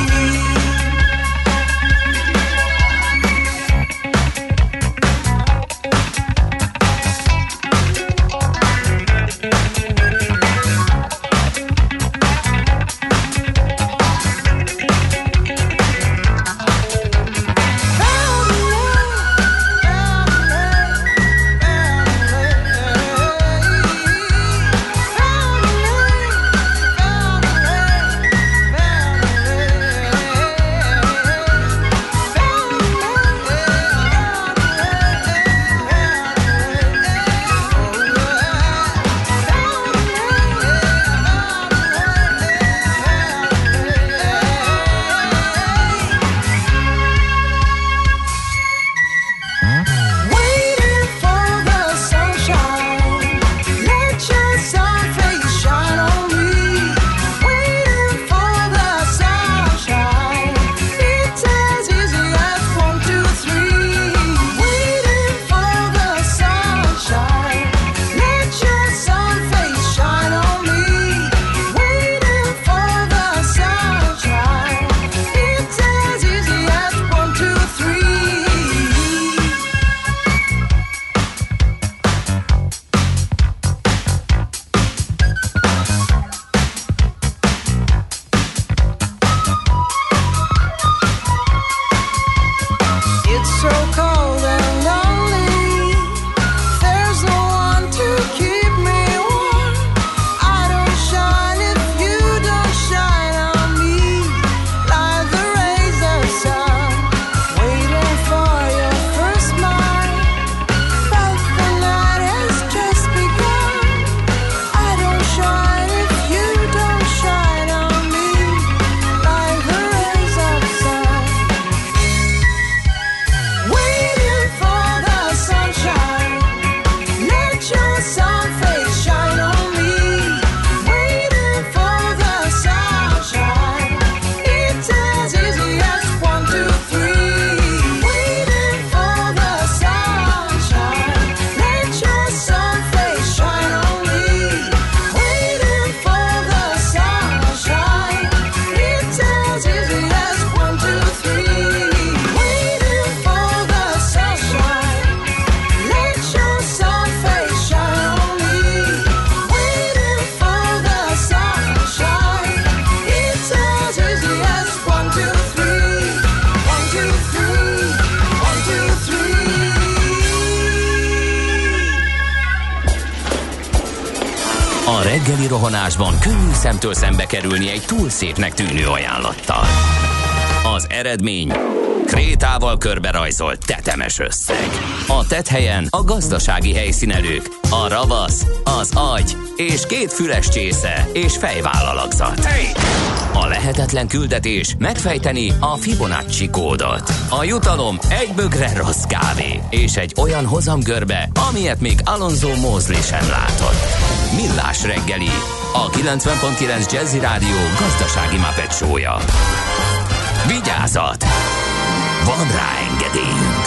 [SPEAKER 4] reggeli rohanásban könnyű szemtől szembe kerülni egy túl szépnek tűnő ajánlattal. Az eredmény krétával körberajzolt tetemes összeg. A tetthelyen a gazdasági helyszínelők, a ravasz, az agy és két füles csésze és fejvállalakzat. A lehetetlen küldetés megfejteni a Fibonacci kódot. A jutalom egy bögre rossz kávé és egy olyan hozamgörbe, amilyet még Alonso Mosley sem látott. Millás reggeli, a kilencven pont kilenc Jazzy Rádió gazdasági Muppet show-ja. Vigyázat! Van rá engedélyünk!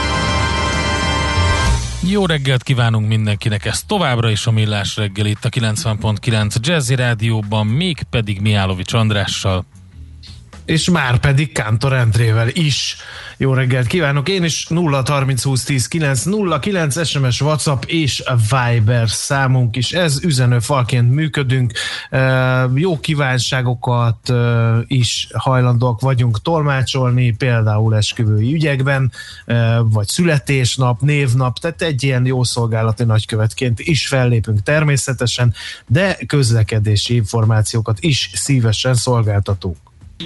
[SPEAKER 7] Jó reggelt kívánunk mindenkinek, ez továbbra is a Millás reggel itt a kilencven pont kilenc Jazzy Rádióban, mégpedig Mihálovics Andrással.
[SPEAKER 8] És már pedig Kántor Endrével is. Jó reggelt kívánok, én is. Nulla harminc húsz tíz kilenc nulla kilenc es em es, WhatsApp és Viber számunk is. Ez üzenőfalként működünk. Jó kívánságokat is hajlandóak vagyunk tolmácsolni, például esküvői ügyekben, vagy születésnap, névnap, tehát egy ilyen jó szolgálati nagykövetként is fellépünk természetesen, de közlekedési információkat is szívesen szolgáltatunk.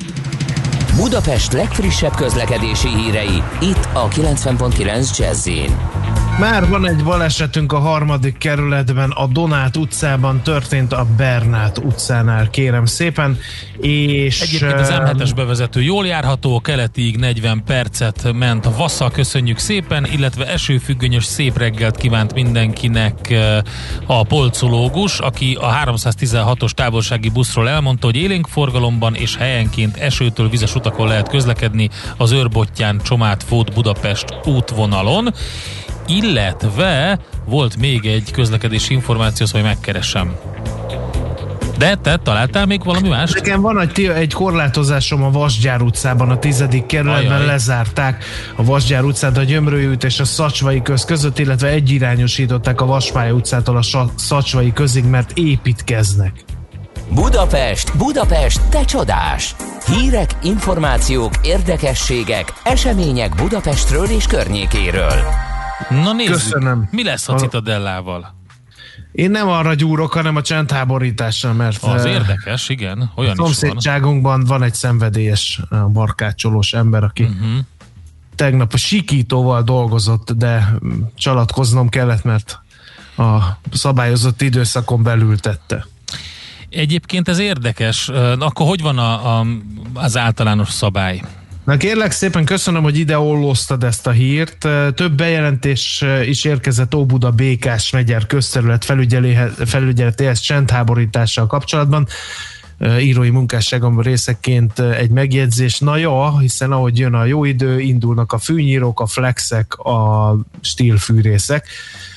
[SPEAKER 3] Budapest legfrissebb közlekedési hírei, itt a kilencven pont kilenc Jazzyn.
[SPEAKER 8] Már van egy balesetünk a harmadik kerületben, a Donát utcában történt, a Bernát utcánál, kérem szépen. És
[SPEAKER 7] egyébként az em hetes bevezető jól járható, a keletig negyven percet ment a Vasszal, köszönjük szépen, illetve esőfüggönyös szép reggelt kívánt mindenkinek a polcológus, aki a háromszáztizenhatos távolsági buszról elmondta, hogy élénk forgalomban és helyenként esőtől vizes utakon lehet közlekedni az Őrbottyán Csomádfót Budapest útvonalon, illetve volt még egy közlekedési információ, szóval megkeresem. De te találtál még valami más?
[SPEAKER 8] Nekem van egy, egy korlátozásom a Vasgyár utcában, a tizedik kerületben. Ajaj. Lezárták a Vasgyár utcát a Gyömrői út és a Szacsvai köz között, illetve egyirányosították a Vaspálya utcától a Szacsvai közig, mert építkeznek.
[SPEAKER 3] Budapest, Budapest, te csodás! Hírek, információk, érdekességek, események Budapestről és környékéről.
[SPEAKER 7] Na nézzük,
[SPEAKER 8] köszönöm.
[SPEAKER 7] Mi lesz a Citadellával?
[SPEAKER 8] Én nem arra gyúrok, hanem a csendháborításra, mert
[SPEAKER 7] az uh, érdekes, igen, olyan is van.
[SPEAKER 8] Szomszédságunkban van egy szenvedélyes barkácsolós ember, aki uh-huh. tegnap a sikítóval dolgozott, de csalatkoznom kellett, mert a szabályozott időszakon belül tette.
[SPEAKER 7] Egyébként ez érdekes. Akkor hogy van a, a, az általános szabály?
[SPEAKER 8] Na kérlek szépen, köszönöm, hogy ide ollóztad ezt a hírt. Több bejelentés is érkezett Óbuda Békás megyer közterület felügyeletéhez csendháborítással kapcsolatban. Írói munkásságomban részeként egy megjegyzés. Na ja, hiszen ahogy jön a jó idő, indulnak a fűnyírók, a flexek, a stílfűrészek.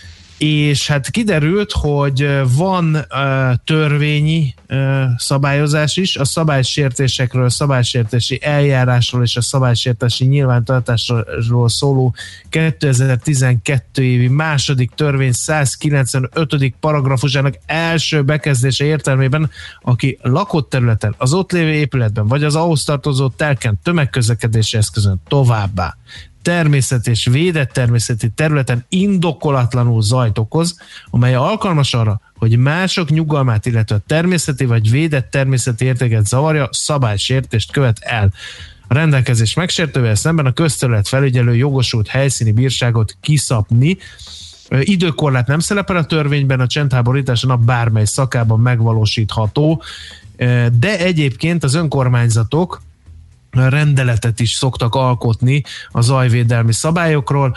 [SPEAKER 8] És hát kiderült, hogy van uh, törvényi uh, szabályozás is, a szabálysértésekről, szabálysértési eljárásról és a szabálysértési nyilvántartásról szóló kétezer-tizenkettő évi második törvény százkilencvenötödik paragrafusának első bekezdése értelmében, aki lakott területen, az ott lévő épületben vagy az ahhoz tartozó telken tömegközlekedési eszközön továbbá természet és védett természeti területen indokolatlanul zajt okoz, amely alkalmas arra, hogy mások nyugalmát, illetve természeti vagy védett természeti értéket zavarja, szabálysértést követ el. A rendelkezés megsértővel szemben a közterület felügyelő jogosult helyszíni bírságot kiszabni. Időkorlát nem szerepel a törvényben, a csendháborítás a nap bármely szakában megvalósítható, de egyébként az önkormányzatok rendeletet is szoktak alkotni a zajvédelmi szabályokról.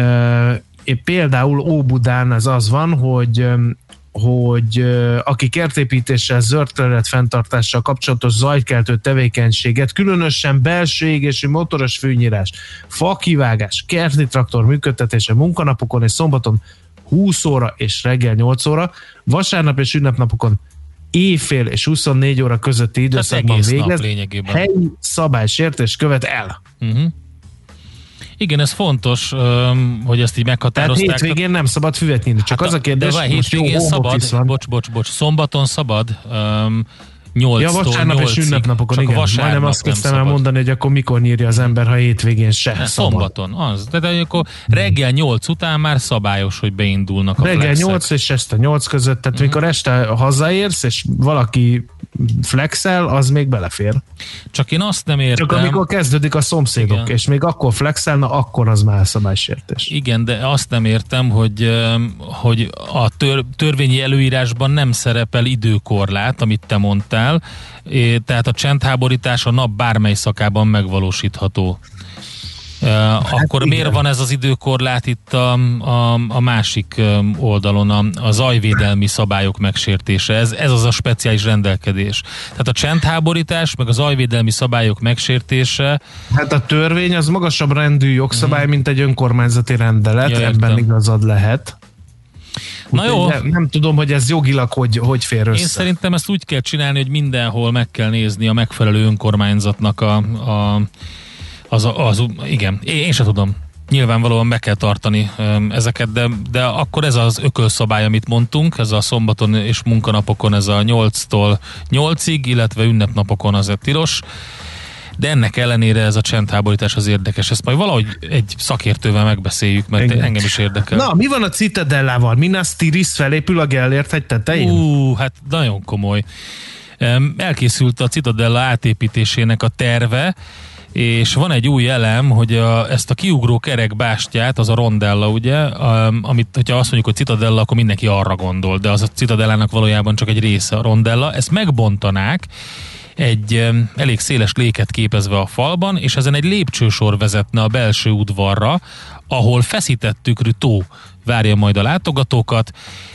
[SPEAKER 8] Például Óbudán ez az van, hogy hogy aki kertépítéssel, zöld terület fenntartással kapcsolatos zajkeltő tevékenységet, különösen belső égésű motoros fűnyírás, fakivágás, kerti traktor működtetése munkanapokon és szombaton húsz óra és reggel nyolc óra, vasárnap és ünnepnapokon éjfél és huszonnégy óra közötti időszakban végez, helyi szabálysértés követ el.
[SPEAKER 7] Uh-huh. Igen, ez fontos, hogy ezt így meghatározták.
[SPEAKER 8] Tehát hétvégén nem szabad füvet nyitni, csak hát az a kérdés,
[SPEAKER 7] de most hétvégén szabad, bocs, bocs, bocs, szombaton szabad, um, nyolctól
[SPEAKER 8] Ja, vasárnap
[SPEAKER 7] nyolcig.
[SPEAKER 8] és ünnepnapokon, igen. Majdnem azt kezdtem el mondani, hogy akkor mikor nyírja az ember, ha hétvégén se
[SPEAKER 7] ne,
[SPEAKER 8] szabad.
[SPEAKER 7] Szombaton, az. De, de akkor reggel nyolc után már szabályos, hogy beindulnak a
[SPEAKER 8] reggel
[SPEAKER 7] flexek.
[SPEAKER 8] nyolc és este nyolc között, tehát uh-huh. mikor este hazaérsz, és valaki flexel, az még belefér.
[SPEAKER 7] Csak én azt nem értem.
[SPEAKER 8] Csak amikor kezdődik a szomszédok, igen. és még akkor flexel, na akkor az már szabálysértés.
[SPEAKER 7] Igen, de azt nem értem, hogy, hogy a tör, törvényi előírásban nem szerepel időkorlát, amit te mondtál, tehát a csendháborítás a nap bármely szakában megvalósítható. Hát akkor igen. miért van ez az időkorlát itt a, a, a másik oldalon, a, a zajvédelmi szabályok megsértése? Ez, ez az a speciális rendelkedés. Tehát a csendháborítás, meg a zajvédelmi szabályok megsértése...
[SPEAKER 8] Hát a törvény az magasabb rendű jogszabály, hmm. mint egy önkormányzati rendelet, ja, ebben igazad lehet.
[SPEAKER 7] Na
[SPEAKER 8] úgy,
[SPEAKER 7] jó.
[SPEAKER 8] Nem, nem tudom, hogy ez jogilag hogy, hogy fér össze.
[SPEAKER 7] Én szerintem ezt úgy kell csinálni, hogy mindenhol meg kell nézni a megfelelő önkormányzatnak a... a Az, az, igen, én sem tudom. Nyilvánvalóan meg kell tartani um, ezeket, de, de akkor ez az ökölszabály, amit mondtunk, ez a szombaton és munkanapokon ez a nyolctól nyolcig, illetve ünnepnapokon az tilos, de ennek ellenére ez a csendháborítás az érdekes. Ezt majd valahogy egy szakértővel megbeszéljük, mert igen. engem is érdekel.
[SPEAKER 8] Na, mi van a Citadellával? Minas Tirith felépül a Gellért hegy tetején?
[SPEAKER 7] Ú, hát nagyon komoly. Elkészült a Citadella átépítésének a terve, és van egy új elem, hogy a, ezt a kiugró kerekbástyát, az a rondella, ugye, a, amit, hogyha azt mondjuk, hogy Citadella, akkor mindenki arra gondol, de az a Citadellának valójában csak egy része a rondella. Ezt megbontanák, egy um, elég széles léket képezve a falban, és ezen egy lépcsősor vezetne a belső udvarra, ahol feszített tükrű tó várja majd a látogatókat,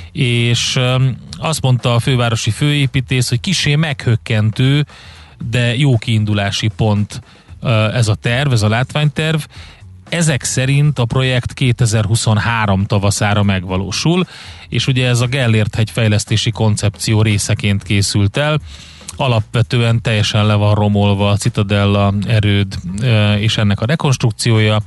[SPEAKER 7] és um, azt mondta a fővárosi főépítész, hogy kissé meghökkentő, de jó kiindulási pont ez a terv, ez a látványterv. Ezek szerint a projekt kétezer-huszonhárom tavaszára megvalósul, és ugye ez a Gellért-hegy fejlesztési koncepció részeként készült el. Alapvetően teljesen le van romolva a Citadella erőd és ennek a rekonstrukciója.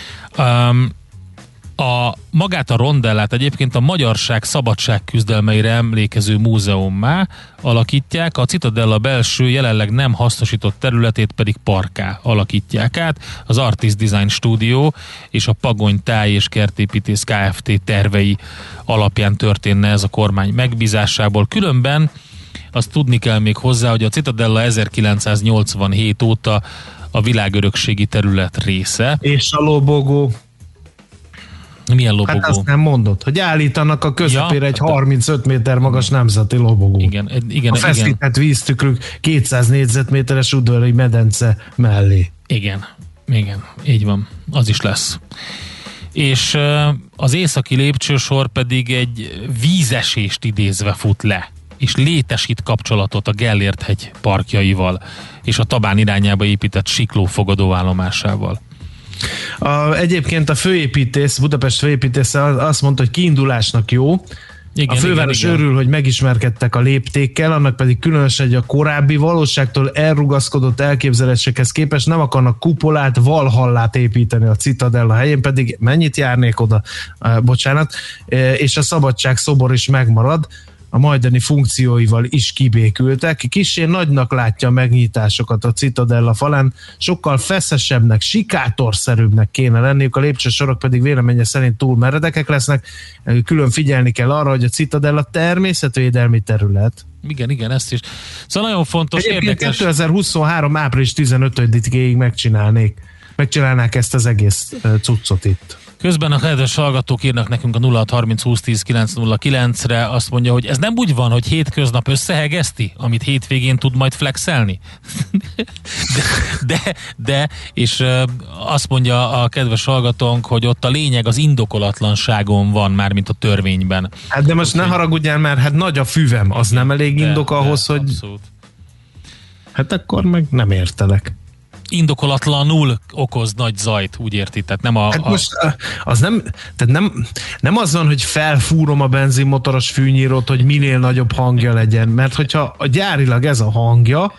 [SPEAKER 7] A, magát a rondellát egyébként a magyarság szabadságküzdelmeire emlékező múzeummá alakítják, a Citadella belső jelenleg nem hasznosított területét pedig parkká alakítják át. Az Artist Design Studio és a Pagony Táj és Kertépítész Kft. Tervei alapján történne ez a kormány megbízásából. Különben azt tudni kell még hozzá, hogy a Citadella ezerkilencszáznyolcvanhét óta a világörökségi terület része.
[SPEAKER 8] És a lobogó.
[SPEAKER 7] Milyen lobogó?
[SPEAKER 8] Hát azt nem mondod, hogy állítanak a közepére ja, egy harmincöt méter magas nemzeti lobogó.
[SPEAKER 7] Igen, igen,
[SPEAKER 8] a feszített víztükrük kétszáz négyzetméteres udvari medence mellé.
[SPEAKER 7] Igen, igen, így van. Az is lesz. És az északi lépcsősor pedig egy vízesést idézve fut le, és létesít kapcsolatot a Gellért-hegy parkjaival, és a Tabán irányába épített Sikló fogadóállomásával.
[SPEAKER 8] A, egyébként a főépítész, Budapest főépítésze azt mondta, hogy kiindulásnak jó. Igen, a főváros igen, örül, igen. hogy megismerkedtek a léptékkel, annak pedig különösen, hogy a korábbi valóságtól elrugaszkodott elképzelésekhez képest nem akarnak kupolát, valhallát építeni a Citadella helyén, pedig mennyit járnék oda, bocsánat, és a szabadság szobor is megmarad. A majdani funkcióival is kibékültek. Kissé nagynak látja a megnyitásokat a Citadella falán, sokkal feszesebbnek, sikátorszerűbbnek kéne lenniük, a lépcsősorok pedig véleménye szerint túl meredekek lesznek. Külön figyelni kell arra, hogy a Citadella természetvédelmi terület.
[SPEAKER 7] Igen, igen, ezt is. Szóval nagyon fontos,
[SPEAKER 8] egyébként
[SPEAKER 7] érdekes.
[SPEAKER 8] kétezer-huszonhárom április tizenötödikéig megcsinálnék, megcsinálnák ezt az egész cuccot itt.
[SPEAKER 7] Közben a kedves hallgatók írnak nekünk a nulla hat harminc húsz tíz kilenc nulla kilencre, azt mondja, hogy ez nem úgy van, hogy hétköznap összehegeszti, amit hétvégén tud majd flexelni. de, de, de, és azt mondja a kedves hallgatónk, hogy ott a lényeg az indokolatlanságon van már, mint a törvényben.
[SPEAKER 8] Hát de most okay. ne haragudjál, mert hát nagy a füvem, az igen, nem elég indok de, ahhoz, de, hogy...
[SPEAKER 7] Abszolút.
[SPEAKER 8] Hát akkor meg nem értelek.
[SPEAKER 7] Indokolatlanul okoz nagy zajt, úgy érti, tehát nem a...
[SPEAKER 8] Hát most az nem, tehát nem, nem az van, hogy felfúrom a benzinmotoros fűnyírót, hogy minél nagyobb hangja legyen, mert hogyha a gyárilag ez a hangja,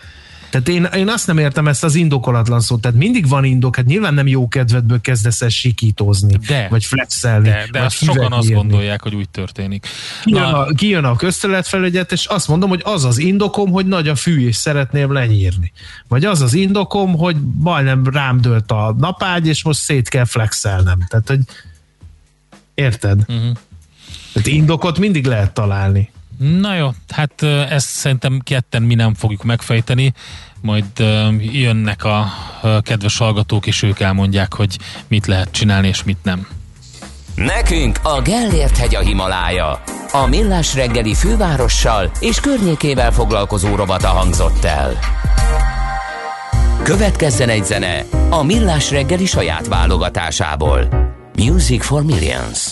[SPEAKER 8] Tehát én, én azt nem értem ezt az indokolatlan szót, tehát mindig van indok, hát nyilván nem jó kedvedből kezdesz el sikítózni,
[SPEAKER 7] de,
[SPEAKER 8] vagy flexelni.
[SPEAKER 7] De, de
[SPEAKER 8] vagy
[SPEAKER 7] azt sokan azt
[SPEAKER 8] írni.
[SPEAKER 7] gondolják, hogy úgy történik.
[SPEAKER 8] Kijön a, kijön a közterületfelügyelet, és azt mondom, hogy az az indokom, hogy nagy a fű, és szeretném lenyírni. Vagy az az indokom, hogy majdnem rám dőlt a napágy, és most szét kell flexelnem. Tehát, hogy érted? Uh-huh. Tehát indokot mindig lehet találni.
[SPEAKER 7] Na jó, hát ezt szerintem ketten mi nem fogjuk megfejteni, majd jönnek a kedves hallgatók, és ők elmondják, hogy mit lehet csinálni, és mit nem.
[SPEAKER 3] Nekünk a Gellért-hegy a Himalája. A Millás reggeli fővárossal és környékével foglalkozó rovata hangzott el. Következzen egy zene a Millás reggeli saját válogatásából. Music for Millions.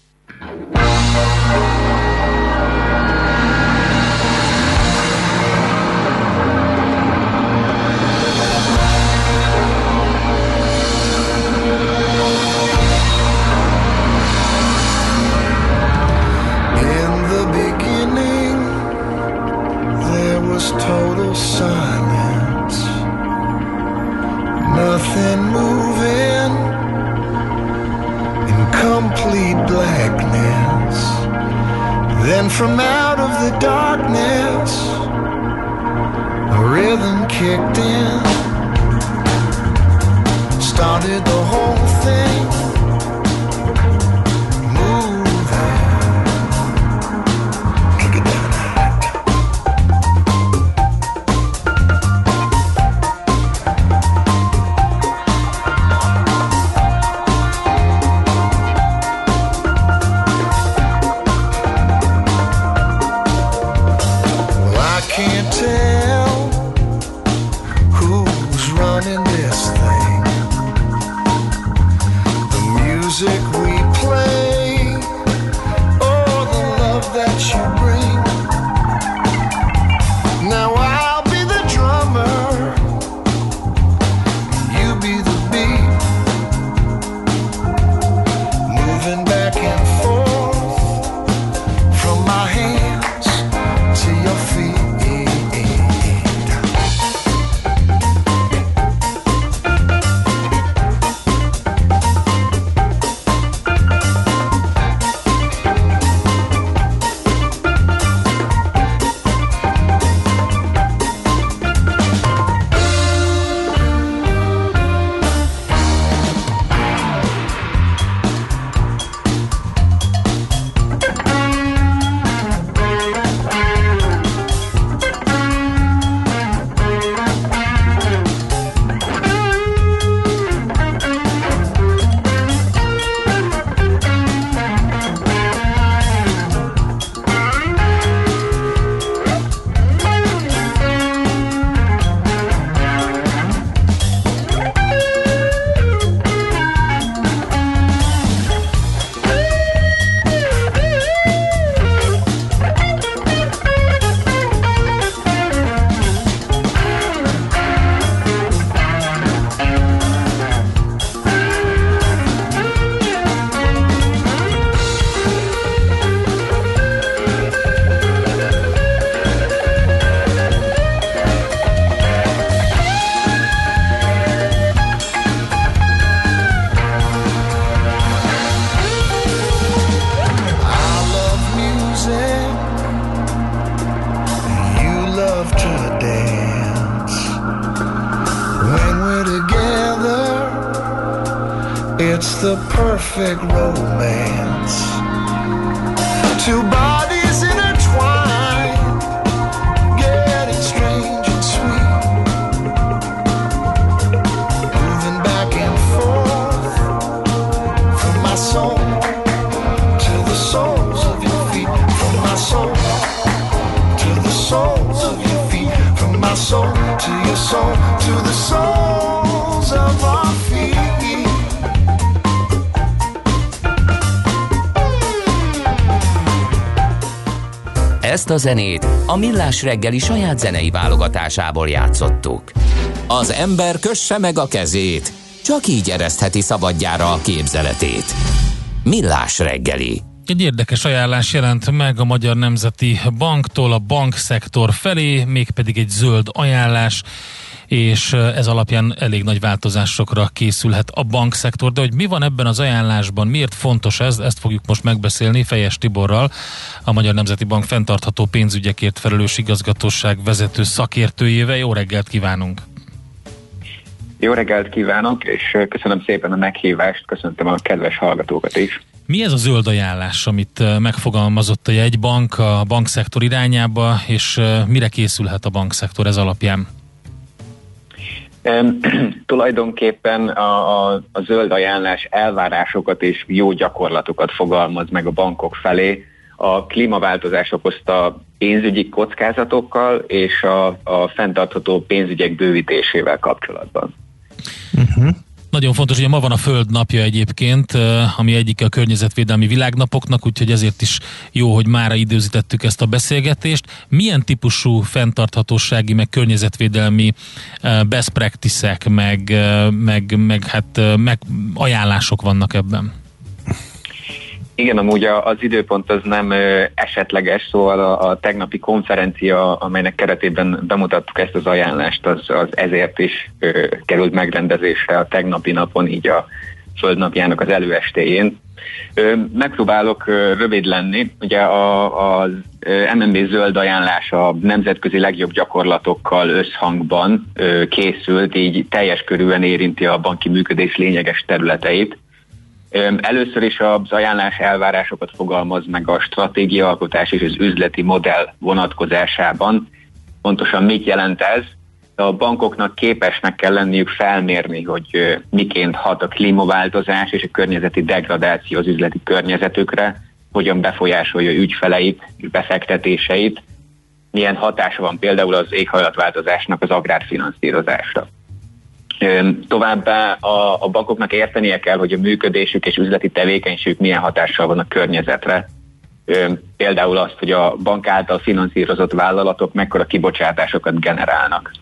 [SPEAKER 16] Total silence, nothing moving, in complete blackness. Then from out of the darkness, a rhythm kicked in, started the whole thing moving. Kick it down. It's the perfect romance. Two bodies intertwined, getting strange and sweet, moving back and forth from my soul to the soles of your feet, from my soul to the soles of your feet, from my soul to your soul, to the soles of our feet.
[SPEAKER 3] Ezt a zenét a Millás reggeli saját zenei válogatásából játszottuk.
[SPEAKER 4] Az ember kösse meg a kezét, csak így eresztheti szabadjára a képzeletét. Millás reggeli.
[SPEAKER 7] Egy érdekes ajánlás jelent meg a Magyar Nemzeti Banktól a bankszektor felé, mégpedig egy zöld ajánlás, és ez alapján elég nagy változásokra készülhet a bankszektor. De hogy mi van ebben az ajánlásban, miért fontos ez, ezt fogjuk most megbeszélni Fejes Tiborral, a Magyar Nemzeti Bank fenntartható pénzügyekért felelős igazgatóság vezető szakértőjével. Jó reggelt kívánunk!
[SPEAKER 17] Jó reggelt kívánok, és köszönöm szépen a meghívást, köszöntöm a kedves hallgatókat is.
[SPEAKER 7] Mi ez a zöld ajánlás, amit megfogalmazott a jegybank a bankszektor irányába, és mire készülhet a bankszektor ez alapján?
[SPEAKER 17] Um, tulajdonképpen a, a, a zöld ajánlás elvárásokat és jó gyakorlatokat fogalmaz meg a bankok felé a klímaváltozás okozta pénzügyi kockázatokkal és a, a fenntartható pénzügyek bővítésével kapcsolatban.
[SPEAKER 7] Uh-huh. Nagyon fontos, hogy ma van a Föld napja egyébként, ami egyik a környezetvédelmi világnapoknak, úgyhogy ezért is jó, hogy mára időzítettük ezt a beszélgetést. Milyen típusú fenntarthatósági, meg környezetvédelmi best practice-ek, meg, meg, meg, hát, meg ajánlások vannak ebben?
[SPEAKER 17] Igen, amúgy az időpont az nem esetleges, szóval a, a tegnapi konferencia, amelynek keretében bemutattuk ezt az ajánlást, az, az ezért is ö, került megrendezésre a tegnapi napon, így a Földnapjának az előestéjén. Ö, megpróbálok ö, rövid lenni. Ugye a, az em en bé zöld ajánlás a nemzetközi legjobb gyakorlatokkal összhangban ö, készült, így teljes körűen érinti a banki működés lényeges területeit. Először is az ajánlás elvárásokat fogalmaz meg a stratégiaalkotás és az üzleti modell vonatkozásában. Pontosan mit jelent ez? A bankoknak képesnek kell lenniük felmérni, hogy miként hat a klímaváltozás és a környezeti degradáció az üzleti környezetükre, hogyan befolyásolja ügyfeleit és befektetéseit, milyen hatása van például az éghajlatváltozásnak az agrárfinanszírozásra. Továbbá a, a bankoknak értenie kell, hogy a működésük és üzleti tevékenységük milyen hatással van a környezetre. Például azt, hogy a bank által finanszírozott vállalatok mekkora kibocsátásokat generálnak.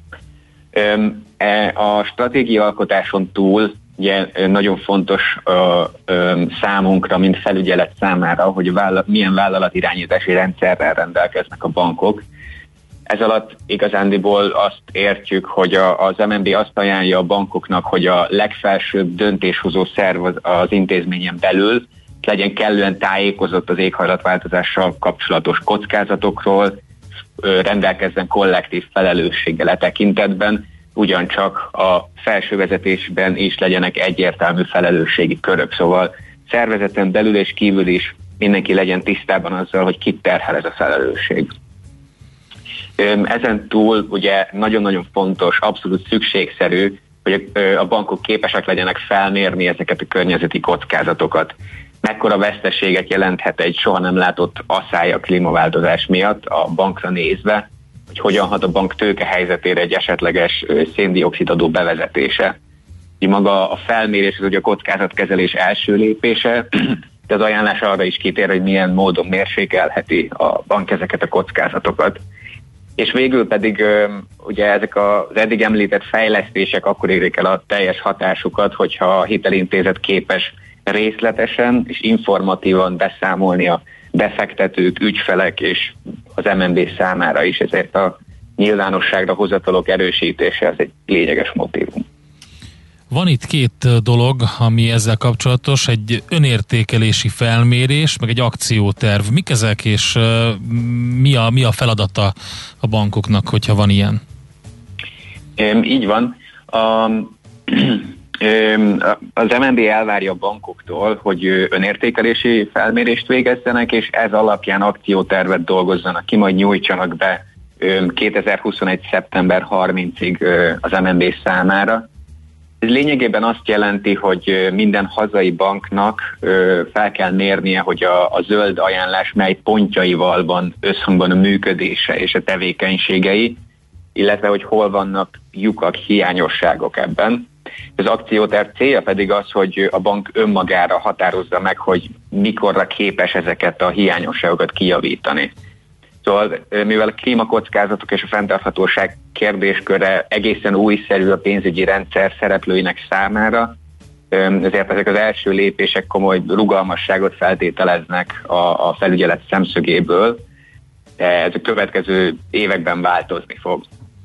[SPEAKER 17] A stratégiaalkotáson túl ugye nagyon fontos számunkra, mint felügyelet számára, hogy vállalat, milyen vállalatirányítási rendszerrel rendelkeznek a bankok. Ez alatt igazándiból azt értjük, hogy a, az em en bé azt ajánlja a bankoknak, hogy a legfelsőbb döntéshozó szerv az, az intézményen belül legyen kellően tájékozott az éghajlatváltozással kapcsolatos kockázatokról, rendelkezzen kollektív felelősséggel e tekintetben, ugyancsak a felső vezetésben is legyenek egyértelmű felelősségi körök. Szóval szervezeten belül és kívül is mindenki legyen tisztában azzal, hogy kit terhel ez a felelősség. Ezen túl ugye nagyon-nagyon fontos, abszolút szükségszerű, hogy a bankok képesek legyenek felmérni ezeket a környezeti kockázatokat. Mekkora veszteséget jelenthet egy soha nem látott asszály a klímaváltozás miatt a bankra nézve, hogy hogyan hat a bank tőke helyzetére egy esetleges széndioxid adó bevezetése. Így maga a felmérés az ugye a kockázatkezelés első lépése, de az ajánlás arra is kitér, hogy milyen módon mérsékelheti a bank ezeket a kockázatokat. És végül pedig ugye ezek az eddig említett fejlesztések akkor érik el a teljes hatásukat, hogyha a hitelintézet képes részletesen és informatívan beszámolni a befektetők, ügyfelek és az em en bé számára is, ezért a nyilvánosságra hozatalok erősítése az egy lényeges motívum.
[SPEAKER 7] Van itt két dolog, ami ezzel kapcsolatos, egy önértékelési felmérés, meg egy akcióterv. Mik ezek, és uh, mi, a, mi a feladata a bankoknak, hogyha van ilyen?
[SPEAKER 17] Um, így van. Um, um, az em en bé elvárja a bankoktól, hogy önértékelési felmérést végezzenek, és ez alapján akciótervet dolgozzanak ki, majd nyújtsanak be um, kétezer-huszonegy. szeptember harmincadikáig uh, az em en bé számára. Ez lényegében azt jelenti, hogy minden hazai banknak fel kell mérnie, hogy a, a zöld ajánlás mely pontjaival van összhangban a működése és a tevékenységei, illetve hogy hol vannak lyukak, hiányosságok ebben. Az akcióterv célja pedig az, hogy a bank önmagára határozza meg, hogy mikorra képes ezeket a hiányosságokat kijavítani. Szóval mivel a klímakockázatok és a fenntarthatóság kérdésköre egészen újszerű a pénzügyi rendszer szereplőinek számára, ezért ezek az első lépések komoly rugalmasságot feltételeznek a, a felügyelet szemszögéből, de ez a következő években változni fog.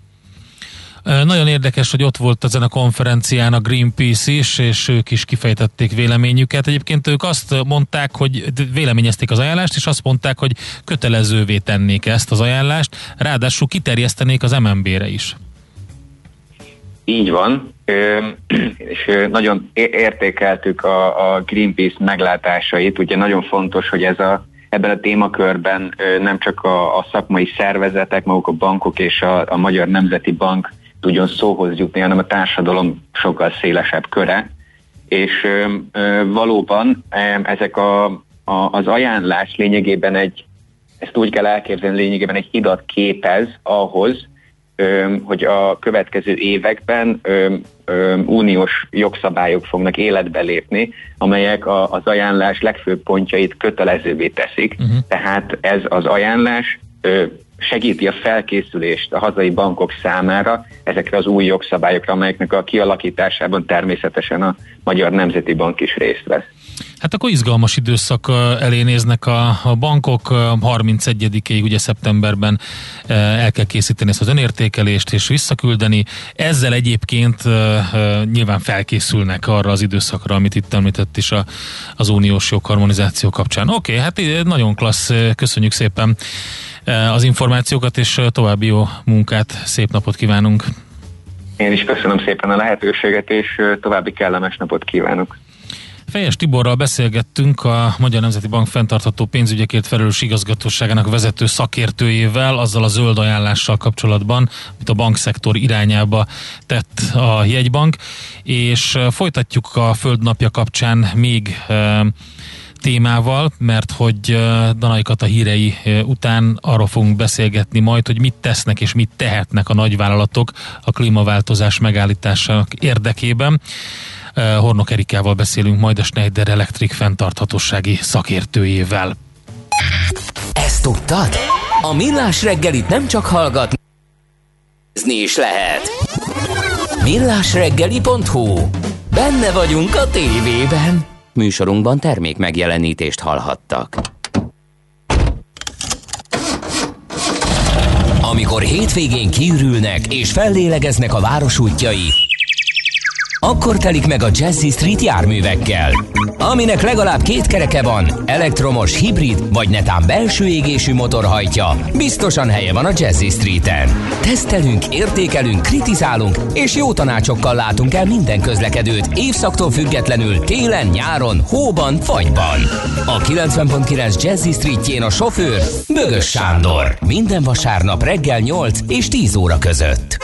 [SPEAKER 7] Nagyon érdekes, hogy ott volt ezen a konferencián a Greenpeace is, és ők is kifejtették véleményüket. Egyébként ők azt mondták, hogy véleményezték az ajánlást, és azt mondták, hogy kötelezővé tennék ezt az ajánlást, ráadásul kiterjesztenék az em en bé-re is.
[SPEAKER 17] Így van, és nagyon értékeltük a, a Greenpeace meglátásait. Ugye nagyon fontos, hogy ez a, ebben a témakörben nem csak a, a szakmai szervezetek, maguk a bankok és a, a Magyar Nemzeti Bank tudjon szóhoz jutni, hanem a társadalom sokkal szélesebb köre. És valóban ezek a, a, az ajánlás lényegében egy, ezt úgy kell elképzelni, lényegében egy hidat képez ahhoz, hogy a következő években ö, ö, uniós jogszabályok fognak életbe lépni, amelyek a, az ajánlás legfőbb pontjait kötelezővé teszik. Uh-huh. Tehát ez az ajánlás ö, segíti a felkészülést a hazai bankok számára ezekre az új jogszabályokra, amelyeknek a kialakításában természetesen a Magyar Nemzeti Bank is részt vesz.
[SPEAKER 7] Hát akkor izgalmas időszak elé néznek a, a bankok. harmincegyedikéig, ugye szeptemberben el kell készíteni ezt az önértékelést és visszaküldeni. Ezzel egyébként nyilván felkészülnek arra az időszakra, amit itt említett is a, az uniós jogharmonizáció kapcsán. Oké, okay, hát nagyon klassz, köszönjük szépen az információkat, és további jó munkát, szép napot kívánunk.
[SPEAKER 17] Én is köszönöm szépen a lehetőséget, és további kellemes napot kívánok.
[SPEAKER 7] Fejes Tiborral beszélgettünk, a Magyar Nemzeti Bank fenntartható pénzügyekért felelős igazgatóságának vezető szakértőjével, azzal a zöld ajánlással kapcsolatban, amit a bankszektor irányába tett a jegybank, és folytatjuk a Földnapja kapcsán még e, témával, mert hogy Danai Kata hírei után arról fogunk beszélgetni majd, hogy mit tesznek és mit tehetnek a nagyvállalatok a klímaváltozás megállításának érdekében. Hornok Erikával beszélünk majd, a Schneider Electric fenntarthatósági szakértőjével.
[SPEAKER 3] Ezt tudtad? A Millás reggelit nem csak hallgatni is lehet. millásreggeli pont hu. Benne vagyunk a tévében. Műsorunkban termék megjelenítést hallhattak. Amikor hétvégén kiürülnek és fellélegeznek a város útjai, akkor telik meg a Jazzy Street járművekkel. Aminek legalább két kereke van, elektromos, hibrid vagy netán belső égésű motor hajtja, biztosan helye van a Jazzy Streeten. Tesztelünk, értékelünk, kritizálunk és jó tanácsokkal látunk el minden közlekedőt évszaktól függetlenül télen, nyáron, hóban, fagyban. A kilencven pont kilenc Jazzy Streetjén a sofőr Bögös Sándor. Minden vasárnap reggel nyolc és tíz óra között.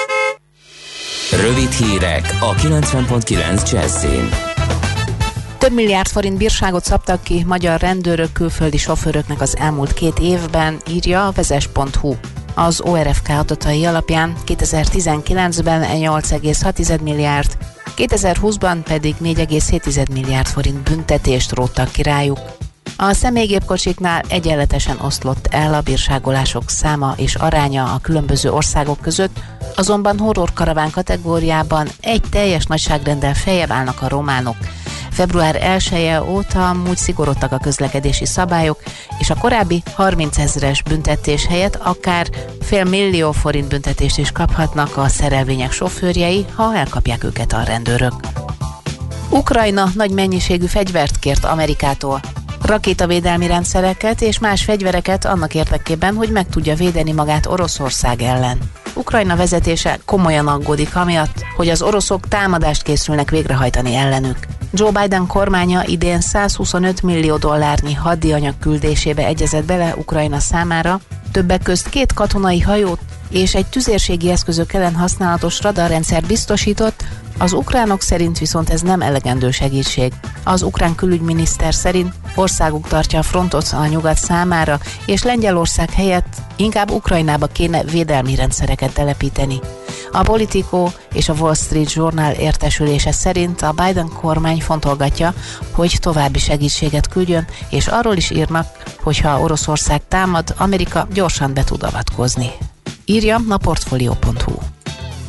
[SPEAKER 3] Rövid hírek a kilencven pont kilenc Jazzin.
[SPEAKER 14] Több milliárd forint bírságot szabtak ki magyar rendőrök külföldi sofőröknek az elmúlt két évben, írja a vezes pont hu. Az o er ef ká adatai alapján kétezer-tizenkilencben nyolc egész hat milliárd, kétezer-húszban pedig négy egész hét milliárd forint büntetést róttak ki rájuk. A személygépkocsiknál egyenletesen oszlott el a bírságolások száma és aránya a különböző országok között, azonban horrorkaraván kategóriában egy teljes nagyságrenddel feljebb állnak a románok. február elseje óta amúgy szigorodtak a közlekedési szabályok, és a korábbi harmincezres büntetés helyett akár fél millió forint büntetést is kaphatnak a szerelvények sofőrjei, ha elkapják őket a rendőrök. Ukrajna nagy mennyiségű fegyvert kért Amerikától. Rakétavédelmi rendszereket és más fegyvereket annak érdekében, hogy meg tudja védeni magát Oroszország ellen. Ukrajna vezetése komolyan aggódik amiatt, hogy az oroszok támadást készülnek végrehajtani ellenük. Joe Biden kormánya idén százhuszonöt millió dollárnyi haddianyag küldésébe egyezett bele Ukrajna számára, többek közt két katonai hajót és egy tüzérségi eszközök ellen használatos radarrendszer biztosított, az ukránok szerint viszont ez nem elegendő segítség. Az ukrán külügyminiszter szerint országuk tartja a frontot a nyugat számára, és Lengyelország helyett inkább Ukrajnába kéne védelmi rendszereket telepíteni. A Politico és a Wall Street Journal értesülése szerint a Biden kormány fontolgatja, hogy további segítséget küldjön, és arról is írnak, hogy ha Oroszország támad, Amerika gyorsan be tud avatkozni. Írja a portfolio pont hu.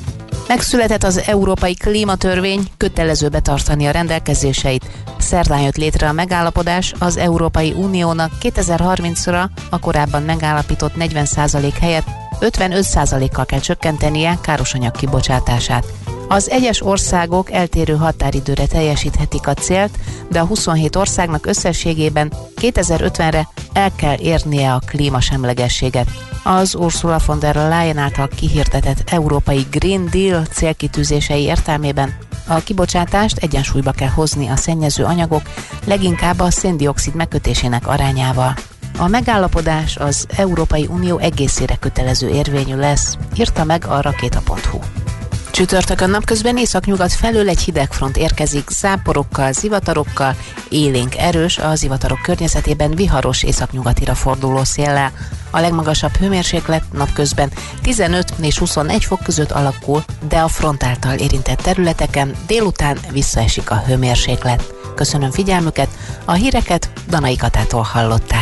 [SPEAKER 14] Megszületett az Európai Klímatörvény, kötelező betartani a rendelkezéseit. Szerdán jött létre a megállapodás, az Európai Uniónak kétezer-harmincra a korábban megállapított negyven százalék helyett ötvenöt százalékkal kell csökkentenie károsanyag kibocsátását. Az egyes országok eltérő határidőre teljesíthetik a célt, de a huszonhét országnak összességében kétezer-ötvenre el kell érnie a klímasemlegességet. Az Ursula von der Leyen által kihirdetett Európai Green Deal célkitűzései értelmében a kibocsátást egyensúlyba kell hozni a szennyező anyagok, leginkább a szén-dioxid megkötésének arányával. A megállapodás az Európai Unió egészére kötelező érvényű lesz, írta meg a rakéta pont hu. Csütörtökön napközben északnyugat felől egy hidegfront érkezik záporokkal, zivatarokkal, élénk erős, a zivatarok környezetében viharos északnyugatira forduló széllel. A legmagasabb hőmérséklet napközben tizenöt és huszonegy fok között alakul, de a front által érintett területeken délután visszaesik a hőmérséklet. Köszönöm figyelmüket, a híreket Danai Katától hallották.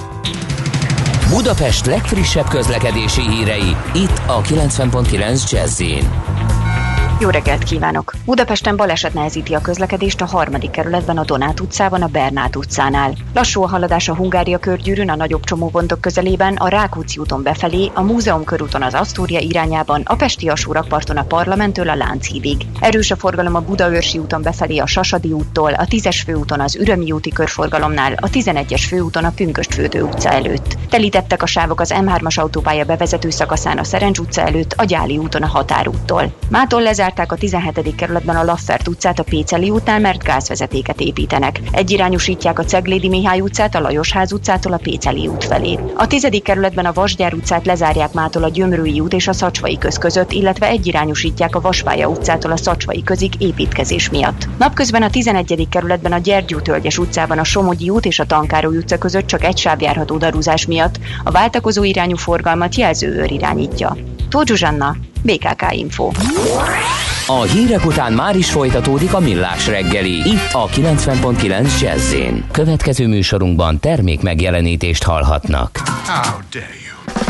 [SPEAKER 3] Budapest legfrissebb közlekedési hírei, itt a kilencven pont kilenc Jazz-in.
[SPEAKER 18] Jó reggelt kívánok! Budapesten baleset nehezíti a közlekedést a harmadik kerületben a Donát utcában, a Bernát utcánál. Lassú a haladás a Hungária körgyűrűn, a nagyobb csomópontok közelében, a Rákóczi úton befelé, a Múzeum körúton az Asztória irányában, a Pesti alsórakparton a Parlamenttől a Lánchídig. Erős a forgalom a Budaörsi úton befelé a Sasadi úttól, a tízes főúton az Ürömi úti körforgalomnál, a tizenegyes főúton a Pünkösdfürdő utca előtt. Telítettek a sávok az em hármas autópálya bevezető szakaszán a Szerencs utca előtt, a Gyáli úton a Határúttól. Mától lezárták a tizenhetedik kerületben a Laffert utcát a Péceli útnál, mert gázvezetéket építenek. Egyirányosítják a Ceglédi Mihály utcát a Lajosház utcától a Péceli út felé. A tizedik kerületben a Vasgyár utcát lezárják mától a Gyömrői út és a Szacsvai köz között, illetve egyirányosítják a Vaspálya utcától a Szacsvai közig építkezés miatt. Napközben a tizenegyedik kerületben a Gyergyó-Tölgyes utcában a Somogyi út és a Tankároly utca között csak egy sáv járható darúzás miatt, a váltakozó irányú forgalmat jelzőőr irányítja. Tóth Zsuzsanna, bé ká ká Info.
[SPEAKER 3] A hírek után már is folytatódik a Millás reggeli, itt a kilencven pont kilenc Jazz-in. Következő műsorunkban termék megjelenítést hallhatnak.
[SPEAKER 16] How dare you?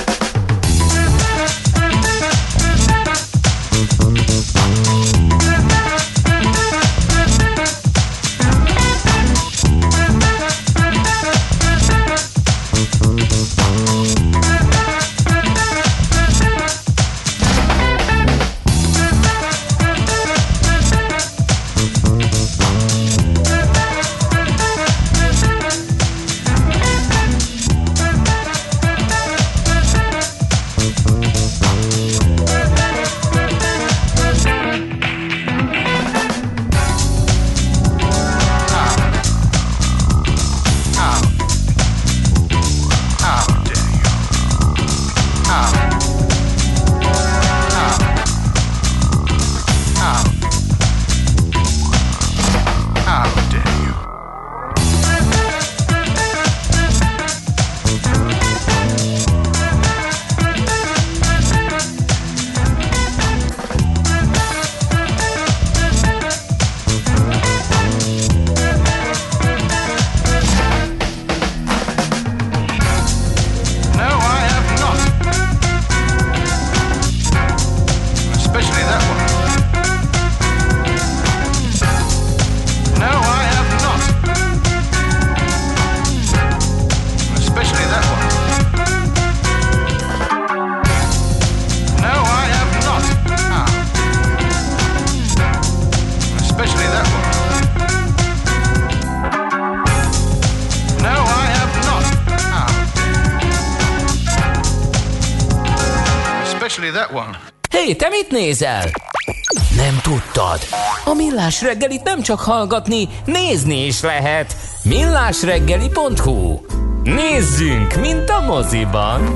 [SPEAKER 3] Hé, te mit nézel? Nem tudtad? A Millás reggelit nem csak hallgatni, nézni is lehet. millásreggeli pont hu. Nézzünk, mint a moziban.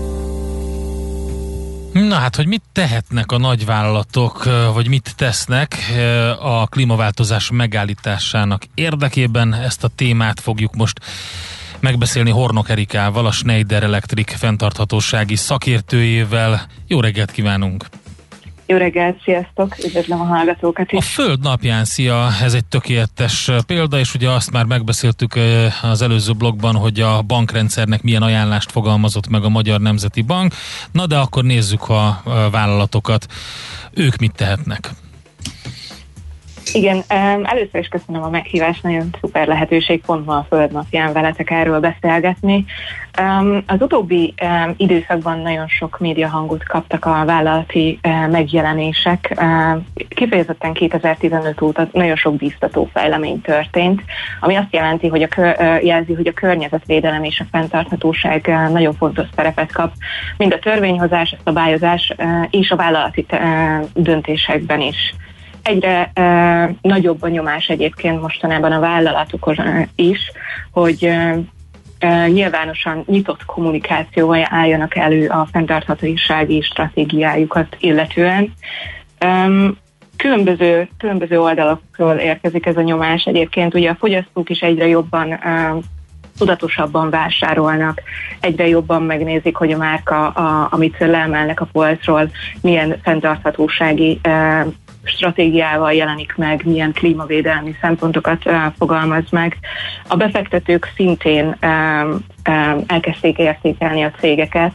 [SPEAKER 7] Na hát, hogy mit tehetnek a nagyvállalatok, vagy mit tesznek a klímaváltozás megállításának érdekében, ezt a témát fogjuk most megbeszélni Hornok Erikával, a Schneider Electric fenntarthatósági szakértőjével. Jó reggelt kívánunk!
[SPEAKER 19] Jó reggelt, sziasztok! Üdvözlöm a hallgatókat is!
[SPEAKER 7] A Föld napján, szia! Ez egy tökéletes példa, és ugye azt már megbeszéltük az előző blogban, hogy a bankrendszernek milyen ajánlást fogalmazott meg a Magyar Nemzeti Bank. Na de akkor nézzük a vállalatokat. ők mit tehetnek?
[SPEAKER 19] Igen, először is köszönöm a meghívást, nagyon szuper lehetőség pont ma a Földnapján veletek erről beszélgetni. Az utóbbi időszakban nagyon sok médiahangot kaptak a vállalati megjelenések. Kifejezetten kétezer-tizenöt óta nagyon sok bíztató fejlemény történt, ami azt jelenti, hogy a, jelzi, hogy a környezetvédelem és a fenntarthatóság nagyon fontos szerepet kap, mind a törvényhozás, a szabályozás és a vállalati döntésekben is. Egyre uh, nagyobb a nyomás egyébként mostanában a vállalatokon uh, is, hogy uh, uh, nyilvánosan nyitott kommunikációval álljanak elő a fenntarthatósági stratégiájukat illetően. Um, különböző, különböző oldalakról érkezik ez a nyomás egyébként. Ugye a fogyasztók is egyre jobban uh, tudatosabban vásárolnak, egyre jobban megnézik, hogy a márka, a, amit leemelnek a polcról, milyen fenntarthatósági uh, stratégiával jelenik meg, milyen klímavédelmi szempontokat uh, fogalmaz meg. A befektetők szintén um, um, elkezdték értékelni a cégeket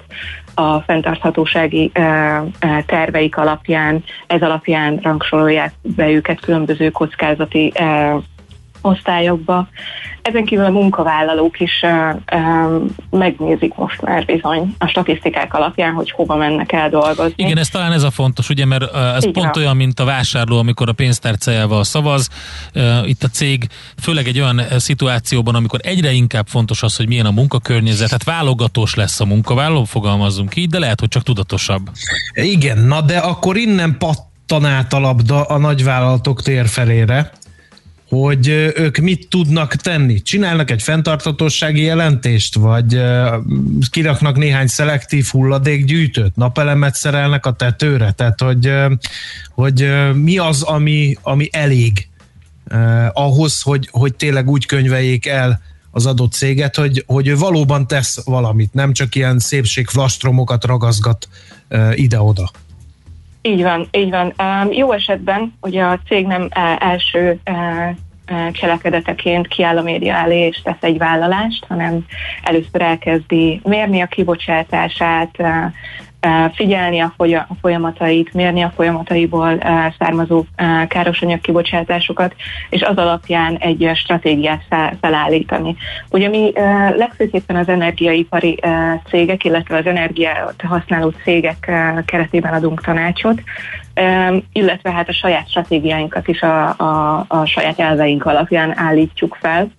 [SPEAKER 19] a fenntarthatósági uh, uh, terveik alapján, ez alapján rangsorolják be őket különböző kockázati uh, osztályokba. Ezen kívül a munkavállalók is uh, uh, megnézik most már bizony a statisztikák alapján, hogy hova mennek el dolgozni.
[SPEAKER 7] Igen, ez talán ez a fontos, ugye, mert uh, ez igen, pont olyan, mint a vásárló, amikor a pénztárcájával szavaz. Uh, itt a cég, főleg egy olyan szituációban, amikor egyre inkább fontos az, hogy milyen a munkakörnyezet, hát válogatós lesz a munkavállaló, fogalmazzunk így, de lehet, hogy csak tudatosabb.
[SPEAKER 8] Igen, na de akkor innen pattan át a labda a nagyvállalatok térfelére, hogy ők mit tudnak tenni. Csinálnak egy fenntarthatósági jelentést, vagy kiraknak néhány szelektív hulladékgyűjtőt, napelemet szerelnek a tetőre, tehát hogy, hogy mi az, ami, ami elég eh, ahhoz, hogy, hogy tényleg úgy könyveljék el az adott céget, hogy, hogy ő valóban tesz valamit, nem csak ilyen szépségflastromokat ragaszgat eh, ide-oda.
[SPEAKER 19] Így van, így van. Um, jó esetben, ugye a cég nem első uh, cselekedeteként kiáll a média elé és tesz egy vállalást, hanem először elkezdi mérni a kibocsátását, uh, uh, figyelni a, foly- a folyamatait, mérni a folyamataiból uh, származó uh, károsanyag kibocsátásokat, és az alapján egy stratégiát fel- felállítani. Ugye mi uh, legfőképpen az energiaipari uh, cégek, illetve az energiát használó cégek uh, keretében adunk tanácsot, um, illetve hát a saját stratégiáinkat is a, a, a saját elveink alapján állítjuk fel.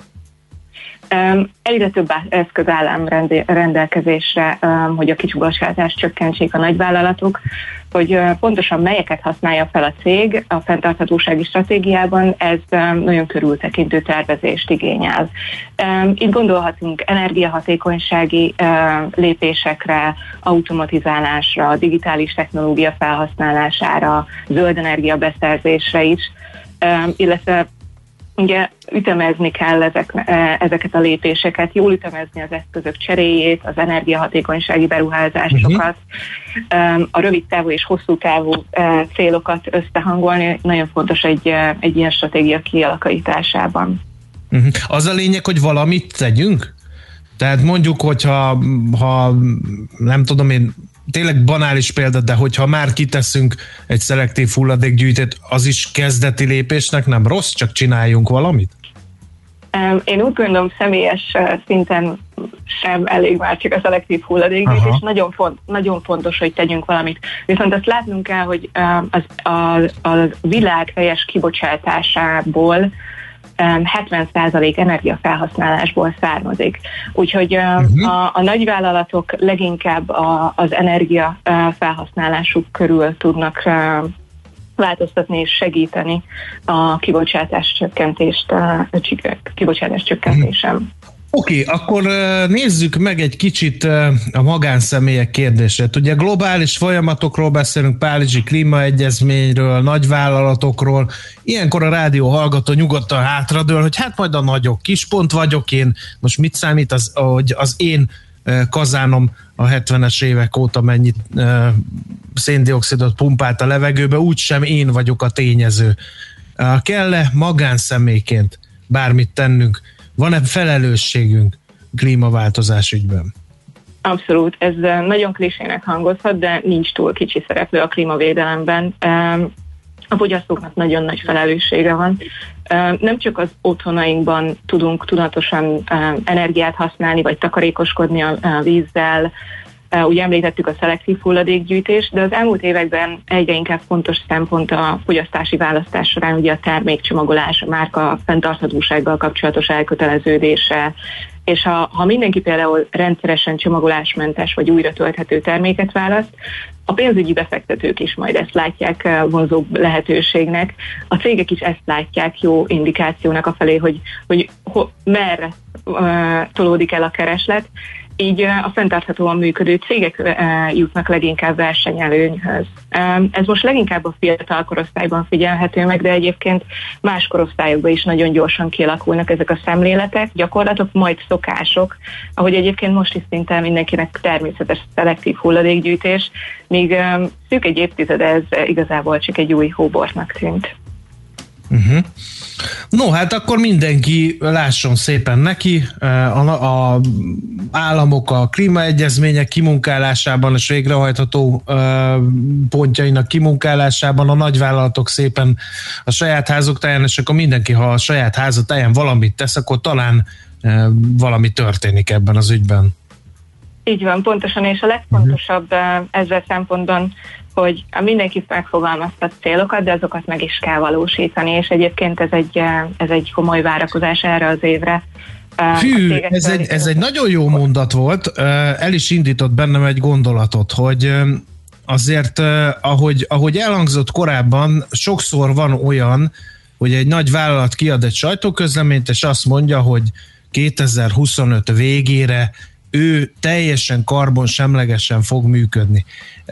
[SPEAKER 19] Um, egyre több eszköz áll ám rendelkezésre, um, hogy a kicsibocsátás csökkentsék a nagyvállalatok, hogy uh, pontosan melyeket használja fel a cég a fenntarthatósági stratégiában, ez um, nagyon körültekintő tervezést igényel. Um, itt gondolhatunk energiahatékonysági uh, lépésekre, automatizálásra, digitális technológia felhasználására, zöld energia beszerzésre is, um, illetve ugye ütemezni kell ezek, ezeket a lépéseket, jól ütemezni az eszközök cseréjét, az energiahatékonysági beruházásokat, uh-huh. a rövid távú és hosszú távú célokat összehangolni, nagyon fontos egy, egy ilyen stratégia kialakításában.
[SPEAKER 8] Uh-huh. Az a lényeg, hogy valamit tegyünk? Tehát mondjuk, hogyha ha, nem tudom én, tényleg banális példa, de hogyha már kiteszünk egy szelektív hulladékgyűjtőt, az is kezdeti lépésnek nem rossz, csak csináljunk valamit?
[SPEAKER 19] Én úgy gondolom, személyes szinten sem elég már csak a szelektív hulladékgyűjtés, és nagyon, font, nagyon fontos, hogy tegyünk valamit. Viszont azt látnunk kell, hogy az, a, a világ teljes kibocsátásából hetven százalék energiafelhasználásból származik. Úgyhogy uh-huh. a, a nagyvállalatok leginkább a, az energia felhasználásuk körül tudnak változtatni és segíteni a kibocsátás csökkentést, a kibocsátás csökkentésem. Uh-huh.
[SPEAKER 8] Oké, okay, akkor nézzük meg egy kicsit a magánszemélyek kérdését. Ugye globális folyamatokról beszélünk, Párizsi klímaegyezményről, nagyvállalatokról. Ilyenkor a rádió hallgató nyugodtan hátradől, hogy hát majd a nagyok, kispont vagyok én. Most mit számít az, hogy az én kazánom a hetvenes évek óta mennyit széndioxidot pumpált a levegőbe, úgysem én vagyok a tényező. Kell-e magánszemélyként bármit tennünk? Van-e felelősségünk klímaváltozás ügyben?
[SPEAKER 19] Abszolút, ez nagyon klisének hangozhat, de nincs túl kicsi szereplő a klímavédelemben. A fogyasztóknak nagyon nagy felelőssége van. Nem csak az otthonainkban tudunk tudatosan energiát használni, vagy takarékoskodni a vízzel. Ugye említettük a szelektív hulladékgyűjtést, de az elmúlt években egyre inkább fontos szempont a fogyasztási választás során ugye a termékcsomagolás, a márka fenntarthatósággal kapcsolatos elköteleződése, és ha, ha mindenki például rendszeresen csomagolásmentes vagy újra tölthető terméket választ, a pénzügyi befektetők is majd ezt látják vonzó lehetőségnek. A cégek is ezt látják jó indikációnak afelé, hogy, hogy ho, merre uh, tolódik el a kereslet. Így a fenntarthatóan működő cégek jutnak leginkább versenyelőnyhöz. Ez most leginkább a fiatal korosztályban figyelhető meg, de egyébként más korosztályokban is nagyon gyorsan kialakulnak ezek a szemléletek, gyakorlatok, majd szokások, ahogy egyébként most is szinte mindenkinek természetes szelektív hulladékgyűjtés, míg szűk egy évtized ez igazából csak egy új hóbortnak tűnt.
[SPEAKER 8] Uh-huh. No, hát akkor mindenki lásson szépen neki, a, a államok a klímaegyezmények kimunkálásában és végrehajtható pontjainak kimunkálásában, a nagyvállalatok szépen a saját házuk táján, és akkor mindenki, ha a saját háza táján valamit tesz, akkor talán valami történik ebben az ügyben.
[SPEAKER 19] Így van, pontosan, és a legfontosabb uh-huh. ezzel szempontban, hogy mindenki megfogalmaztat célokat, de azokat meg is kell valósítani, és egyébként ez egy, ez egy komoly várakozás erre az évre.
[SPEAKER 8] Hű, ez egy, ez egy nagyon jó mondat volt, el is indított bennem egy gondolatot, hogy azért, ahogy, ahogy elhangzott korábban, sokszor van olyan, hogy egy nagy vállalat kiad egy sajtóközleményt, és azt mondja, hogy kétezer-huszonöt végére ő teljesen karbonsemlegesen fog működni.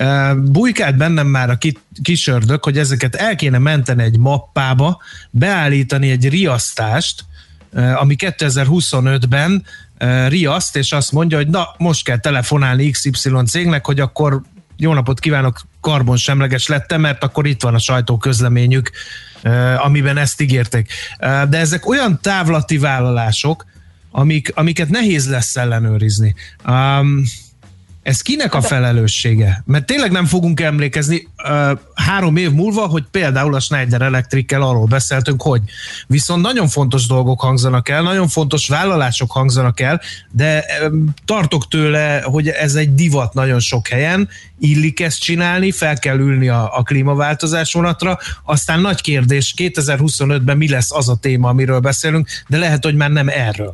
[SPEAKER 8] Bujkált bennem már a kis ördög, hogy ezeket el kéne menteni egy mappába, beállítani egy riasztást, ami kétezer-huszonötben riaszt, és azt mondja, hogy na, most kell telefonálni iksz ipszilon cégnek, hogy akkor jó napot kívánok, karbonsemleges lettem, mert akkor itt van a sajtóközleményük, amiben ezt ígérték. De ezek olyan távlati vállalások, Amik, amiket nehéz lesz ellenőrizni. Um, ez kinek a felelőssége? Mert tényleg nem fogunk emlékezni uh, három év múlva, hogy például a Schneider Electric-kel arról beszéltünk, hogy viszont nagyon fontos dolgok hangzanak el, nagyon fontos vállalások hangzanak el, de um, tartok tőle, hogy ez egy divat nagyon sok helyen, illik ezt csinálni, fel kell ülni a, a klímaváltozás vonatra, aztán nagy kérdés, kétezer-huszonötben mi lesz az a téma, amiről beszélünk, de lehet, hogy már nem erről.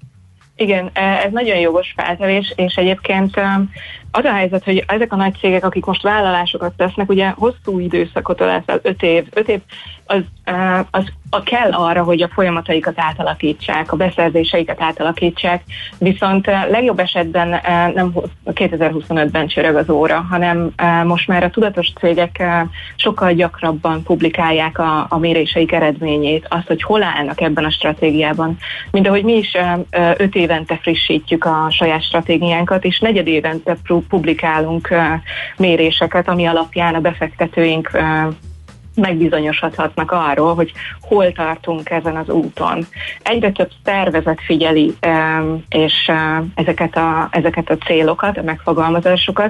[SPEAKER 19] Igen, ez nagyon jogos feltevés, és egyébként az a helyzet, hogy ezek a nagy cégek, akik most vállalásokat tesznek, ugye hosszú időszakot lesz, öt év, öt év az, az a kell arra, hogy a folyamataikat átalakítsák, a beszerzéseiket átalakítsák, viszont legjobb esetben nem kétezer-huszonötben csörög az óra, hanem most már a tudatos cégek sokkal gyakrabban publikálják a, a méréseik eredményét, azt, hogy hol állnak ebben a stratégiában. Mint ahogy mi is öt évente frissítjük a saját stratégiánkat, és negyed évente publikálunk méréseket, ami alapján a befektetőink megbizonyosodhatnak arról, hogy hol tartunk ezen az úton. Egyre több szervezet figyeli és ezeket a, ezeket a célokat, a megfogalmazásokat,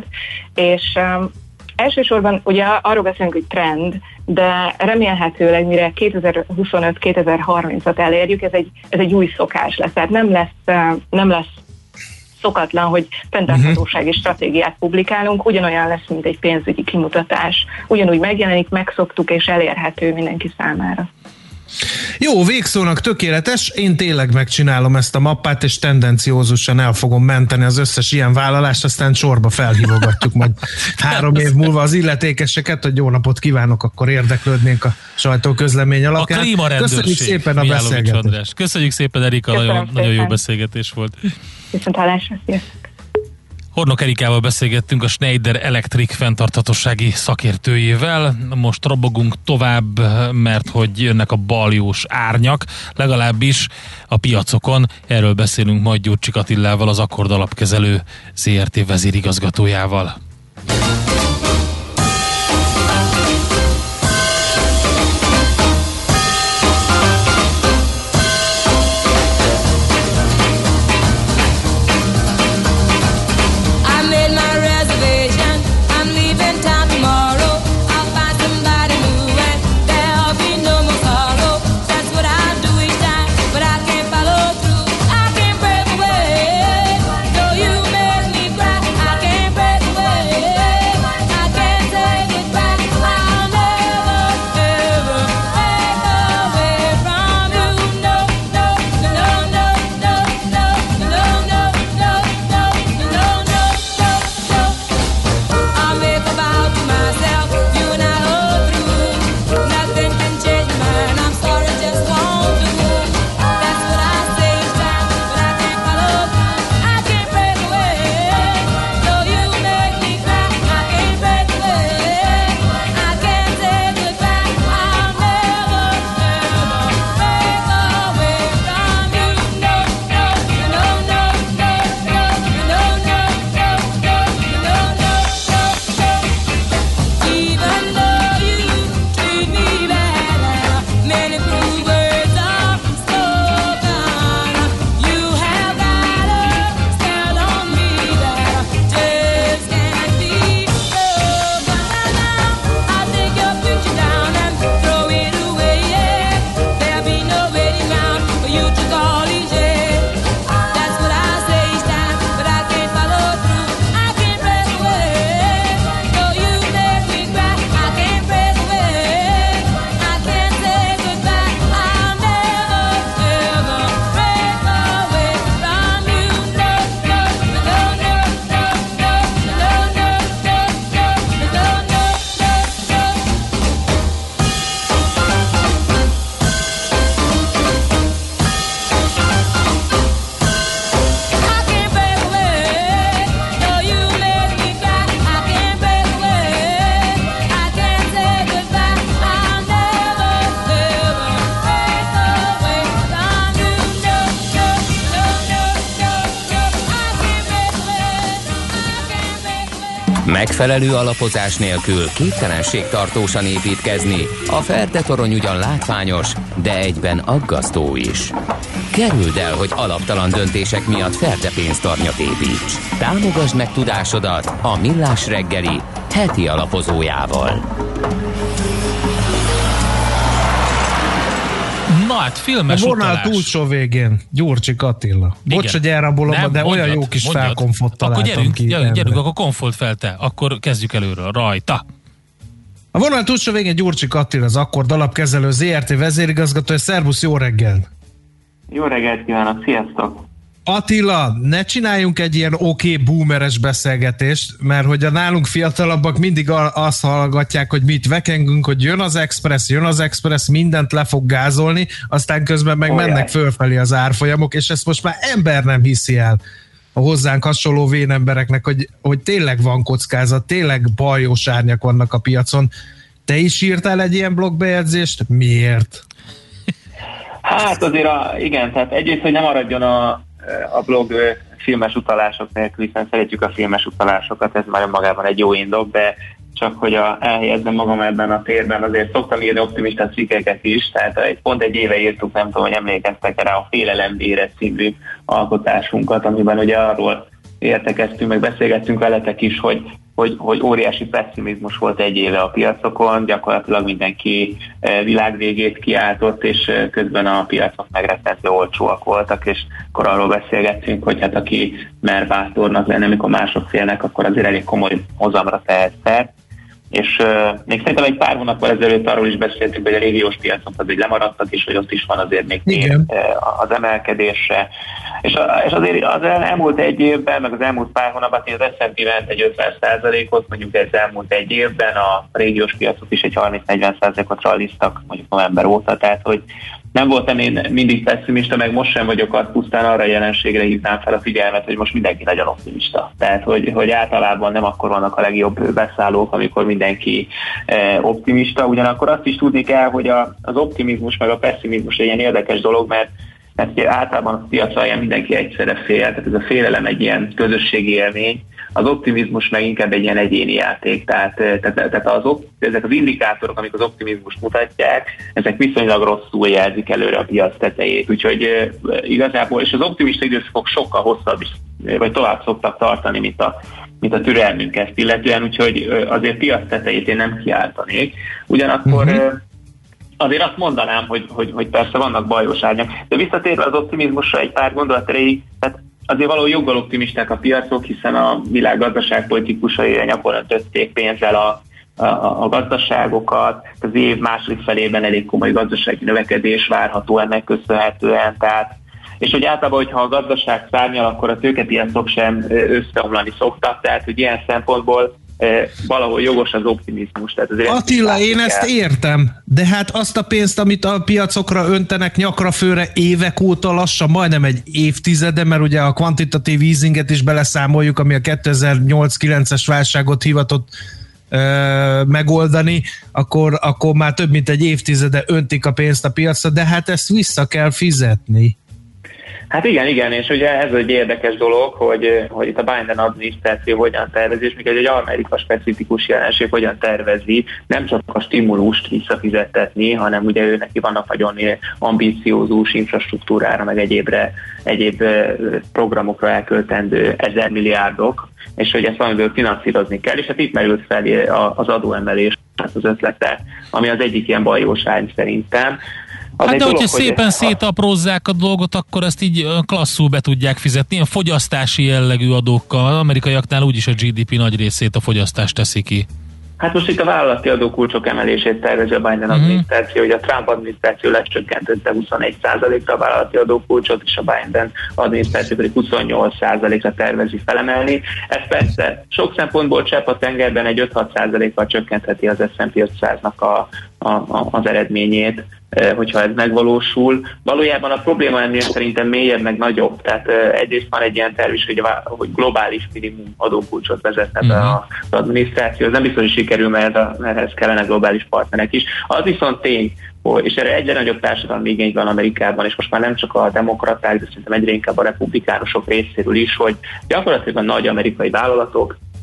[SPEAKER 19] és elsősorban ugye arról beszélünk, hogy trend, de remélhetőleg mire kétezer-huszonöt kétezer-harmincat elérjük, ez egy, ez egy új szokás lesz. Tehát nem lesz, nem lesz szokatlan, hogy fenntarthatósági uh-huh. stratégiát publikálunk, ugyanolyan lesz, mint egy pénzügyi kimutatás. Ugyanúgy megjelenik, megszoktuk és elérhető mindenki számára.
[SPEAKER 8] Jó, végszónak tökéletes, én tényleg megcsinálom ezt a mappát, és tendenciózusan el fogom menteni az összes ilyen vállalást, aztán sorba felhívogatjuk majd három év múlva az illetékeseket, hogy jó napot kívánok, akkor érdeklődnénk a sajtóközlemény alapján.
[SPEAKER 7] A klímarendőrség.
[SPEAKER 8] Köszönjük szépen a beszélgetést.
[SPEAKER 7] Köszönjük szépen, Erika, nagyon, nagyon jó beszélgetés volt.
[SPEAKER 19] Viszont hallásra, sziasztok.
[SPEAKER 7] Hornok Erikával beszélgettünk, a Schneider Electric fenntarthatósági szakértőjével. Most robogunk tovább, mert hogy jönnek a baljós árnyak, legalábbis a piacokon. Erről beszélünk majd Gyurcsik Attilával, az Akkord Alapkezelő zé er té vezérigazgatójával.
[SPEAKER 3] Megfelelő alapozás nélkül képtelenség tartósan építkezni. A Ferde torony ugyan látványos, de egyben aggasztó is. Kerüld el, hogy alaptalan döntések miatt Ferde pénztarnyat építs. Támogasd meg tudásodat a Millás reggeli heti alapozójával.
[SPEAKER 7] Na hát, filmes
[SPEAKER 8] a
[SPEAKER 7] utalás.
[SPEAKER 8] A vonal túlsó végén, Gyurcsik Attila.
[SPEAKER 7] Igen.
[SPEAKER 8] Bocs, hogy elrabolom, de
[SPEAKER 7] mondjad,
[SPEAKER 8] olyan jó kis
[SPEAKER 7] mondjad.
[SPEAKER 8] felkonfot találtam
[SPEAKER 7] Akkor gyerünk,
[SPEAKER 8] ki.
[SPEAKER 7] gyerünk, gyerünk, akkor konfolt fel te. Akkor kezdjük előről. Rajta!
[SPEAKER 8] A vonal túlsó végén Gyurcsik Attila, az Akkord alapkezelő zé er té vezérigazgatója. Szervusz, jó reggel!
[SPEAKER 20] Jó reggelt kívánok, sziasztok!
[SPEAKER 8] Attila, ne csináljunk egy ilyen oké okay, boomeres beszélgetést, mert hogy a nálunk fiatalabbak mindig azt hallgatják, hogy mit vekengünk, hogy jön az Express, jön az Express, mindent le fog gázolni, aztán közben meg
[SPEAKER 20] Olyan.
[SPEAKER 8] mennek fölfelé az árfolyamok, és ezt most már ember nem hiszi el a hozzánk hasonló vén embereknek, hogy, hogy tényleg van kockázat, tényleg bajós árnyak vannak a piacon. Te is írtál egy ilyen blogbejegyzést? Miért?
[SPEAKER 20] Hát azért a, igen, tehát egyrészt, hogy nem maradjon a, a blog filmes utalások nélkül, hiszen szeretjük a filmes utalásokat, ez már önmagában egy jó indok, de csak hogy a, elhelyezzem magam ebben a térben, azért szoktam írni optimista cikkeket is, tehát egy, pont egy éve írtuk, nem tudom, hogy emlékeztek rá, a Félelembére című alkotásunkat, amiben ugye arról értekeztünk, meg beszélgettünk veletek is, hogy, hogy, hogy óriási pessimizmus volt egy éve a piacokon, gyakorlatilag mindenki világvégét kiáltott, és közben a piacok megrettentő olcsóak voltak, és akkor arról beszélgettünk, hogy hát aki mer bátornak lenni, amikor mások félnek, akkor azért elég komoly hozamra tehet szert. És uh, még szerintem egy pár hónappal ezelőtt arról is beszéltünk, hogy a régiós piacok azért lemaradtak, és hogy ott is van azért még tér uh, az emelkedésre. És, a, és azért az elmúlt egy évben, meg az elmúlt pár hónapban az es and pé ment egy ötven százalékot, mondjuk ez elmúlt egy évben, a régiós piacok is egy harminc-negyven százalékot ralliztak mondjuk november óta, tehát hogy nem voltam én mindig pessimista, meg most sem vagyok, az pusztán arra a jelenségre hívnám fel a figyelmet, hogy most mindenki nagyon optimista. Tehát, hogy, hogy általában nem akkor vannak a legjobb beszállók, amikor mindenki eh, optimista. Ugyanakkor azt is tudni kell, hogy a, az optimizmus meg a pessimizmus egy ilyen érdekes dolog, mert mert általában a piac alján mindenki egyszerre fél, tehát ez a félelem egy ilyen közösségi élmény, az optimizmus meg inkább egy ilyen egyéni játék, tehát, tehát, tehát az, ezek az indikátorok, amik az optimizmust mutatják, ezek viszonylag rosszul jelzik előre a piac tetejét, úgyhogy e, igazából, és az optimista időszakok sokkal hosszabb is, vagy tovább szoktak tartani, mint a, mint a türelmünk ezt illetően, úgyhogy azért piac tetejét én nem kiáltanék. Ugyanakkor uh-huh. azért azt mondanám, hogy, hogy, hogy persze vannak bajos árnyak, de visszatérve az optimizmusra egy pár gondolat erejéig, tehát azért való joggal optimisták a piacok, hiszen a világ gazdaságpolitikusai nyakon öntötték pénzzel a, a, a gazdaságokat, az év második felében elég komoly gazdasági növekedés várható ennek köszönhetően, tehát és hogy általában, hogyha a gazdaság szárnyal, akkor a tőkepiacok sem összeomlani szoktak, tehát hogy ilyen szempontból valahol jogos az optimizmus. Tehát azért
[SPEAKER 8] Attila, én ezt el. értem, de hát azt a pénzt, amit a piacokra öntenek nyakra főre évek óta lassan, majdnem egy évtizede, mert ugye a kvantitatív easinget is beleszámoljuk, ami a kétezer-nyolc-kilences válságot hivatott ö, megoldani, akkor, akkor már több mint egy évtizede öntik a pénzt a piacra, de hát ezt vissza kell fizetni.
[SPEAKER 20] Hát igen, igen, és ugye ez egy érdekes dolog, hogy, hogy itt a Biden adminisztráció hogyan tervezi, és még egy Amerika specifikus jelenség hogyan tervezi, nem csak a stimulust visszafizettetni, hanem ugye ő neki vannak nagyon ambiciózus infrastruktúrára, meg egyébre, egyéb programokra elköltendő ezer milliárdok, és hogy ezt valamiből finanszírozni kell, és hát itt merült fel az adóemelés az ötlete, ami az egyik ilyen bajós ány szerintem. Az
[SPEAKER 7] hát de
[SPEAKER 20] dolog,
[SPEAKER 7] hogyha szépen
[SPEAKER 20] hogy
[SPEAKER 7] szétaprózzák a dolgot, akkor ezt így klasszul be tudják fizetni, ilyen fogyasztási jellegű adókkal. Az amerikaiaknál úgyis a gé dé pé nagy részét a fogyasztás teszi ki.
[SPEAKER 20] Hát most itt a vállalati adókulcsok emelését tervezi a Biden mm-hmm. adminisztráció, hogy a Trump adminisztráció lecsökkentette huszonegy százalékra a vállalati adókulcsot, és a Biden adminisztráció pedig huszonnyolc százalékra tervezi felemelni. Ez persze sok szempontból csepp a tengerben, egy öt-hat százalékkal csökkentheti az es and pé ötszáznak a, a, a, az eredményét, hogyha ez megvalósul. Valójában a probléma ennél szerintem mélyebb, meg nagyobb. Tehát egyrészt van egy ilyen terv is, hogy, hogy globális minimum adókulcsot vezetne be uh-huh. az adminisztráció. Ez nem biztos, hogy sikerül, mert, mert ez kellene globális partnerek is. Az viszont tény, és erre egyre nagyobb társadalmi igény van Amerikában, és most már nem csak a demokraták, de szerintem egyre inkább a republikánusok részéről is, hogy gyakorlatilag a nagy amerikai vállalatok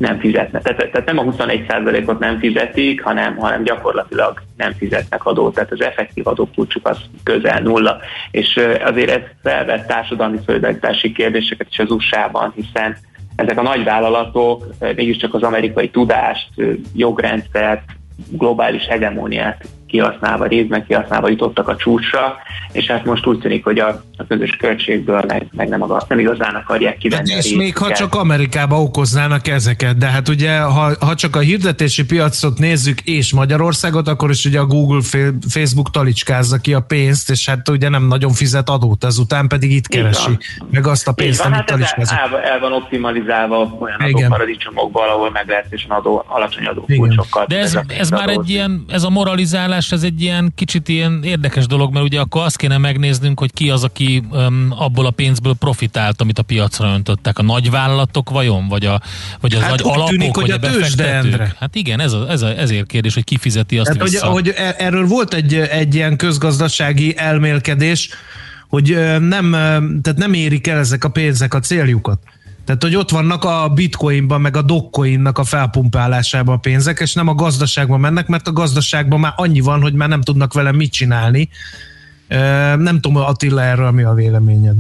[SPEAKER 20] nem fizetnek. Tehát, tehát nem a huszonegy százalékot nem fizetik, hanem, hanem gyakorlatilag nem fizetnek adót. Tehát az effektív adókulcsuk az közel nulla. És azért ez felvett társadalmi szolidaritási kérdéseket is az u es á-ban, hiszen ezek a nagyvállalatok mégiscsak az amerikai tudást, jogrendszert, globális hegemóniát kihasználva, részben kihasználva jutottak a csúcsra, és hát most úgy tűnik, hogy a, a közös költségből meg, meg nem, akar, nem igazán akarják kivenni.
[SPEAKER 8] De és még ha csak Amerikába okoznának ezeket, de hát ugye, ha, ha csak a hirdetési piacot nézzük és Magyarországot, akkor is ugye a Google, Facebook talicskázza ki a pénzt, és hát ugye nem nagyon fizet adót ezután, pedig itt keresi van. Meg azt a pénzt,
[SPEAKER 20] van,
[SPEAKER 8] amit
[SPEAKER 20] hát
[SPEAKER 8] talicskázza.
[SPEAKER 20] El, el van optimalizálva olyan adóparadicsomokban, ahol meglehetősen adó, alacsony adókulcsokkal.
[SPEAKER 7] De ez, ez, ez már egy ilyen, ez a moralizálás, ez egy ilyen kicsit ilyen érdekes dolog, mert ugye akkor azt kéne megnéznünk, hogy ki az, aki um, abból a pénzből profitált, amit a piacra öntöttek. A nagyvállalatok vajon? Vagy, a, vagy az
[SPEAKER 8] hát
[SPEAKER 7] nagy alapok,
[SPEAKER 8] tűnik,
[SPEAKER 7] vagy
[SPEAKER 8] hogy
[SPEAKER 7] a,
[SPEAKER 8] a
[SPEAKER 7] befektetők? Hát igen, ez, a, ez a, ezért kérdés, hogy ki fizeti azt
[SPEAKER 8] hát,
[SPEAKER 7] vissza.
[SPEAKER 8] Hogy, hogy erről volt egy, egy ilyen közgazdasági elmélkedés, hogy nem, tehát nem érik el ezek a pénzek a céljukat. Tehát, hogy ott vannak a bitcoinban, meg a dogecoinnak a felpumpálásában a pénzek, és nem a gazdaságban mennek, mert a gazdaságban már annyi van, hogy már nem tudnak vele mit csinálni. Nem tudom, Attila, erről mi a véleményed?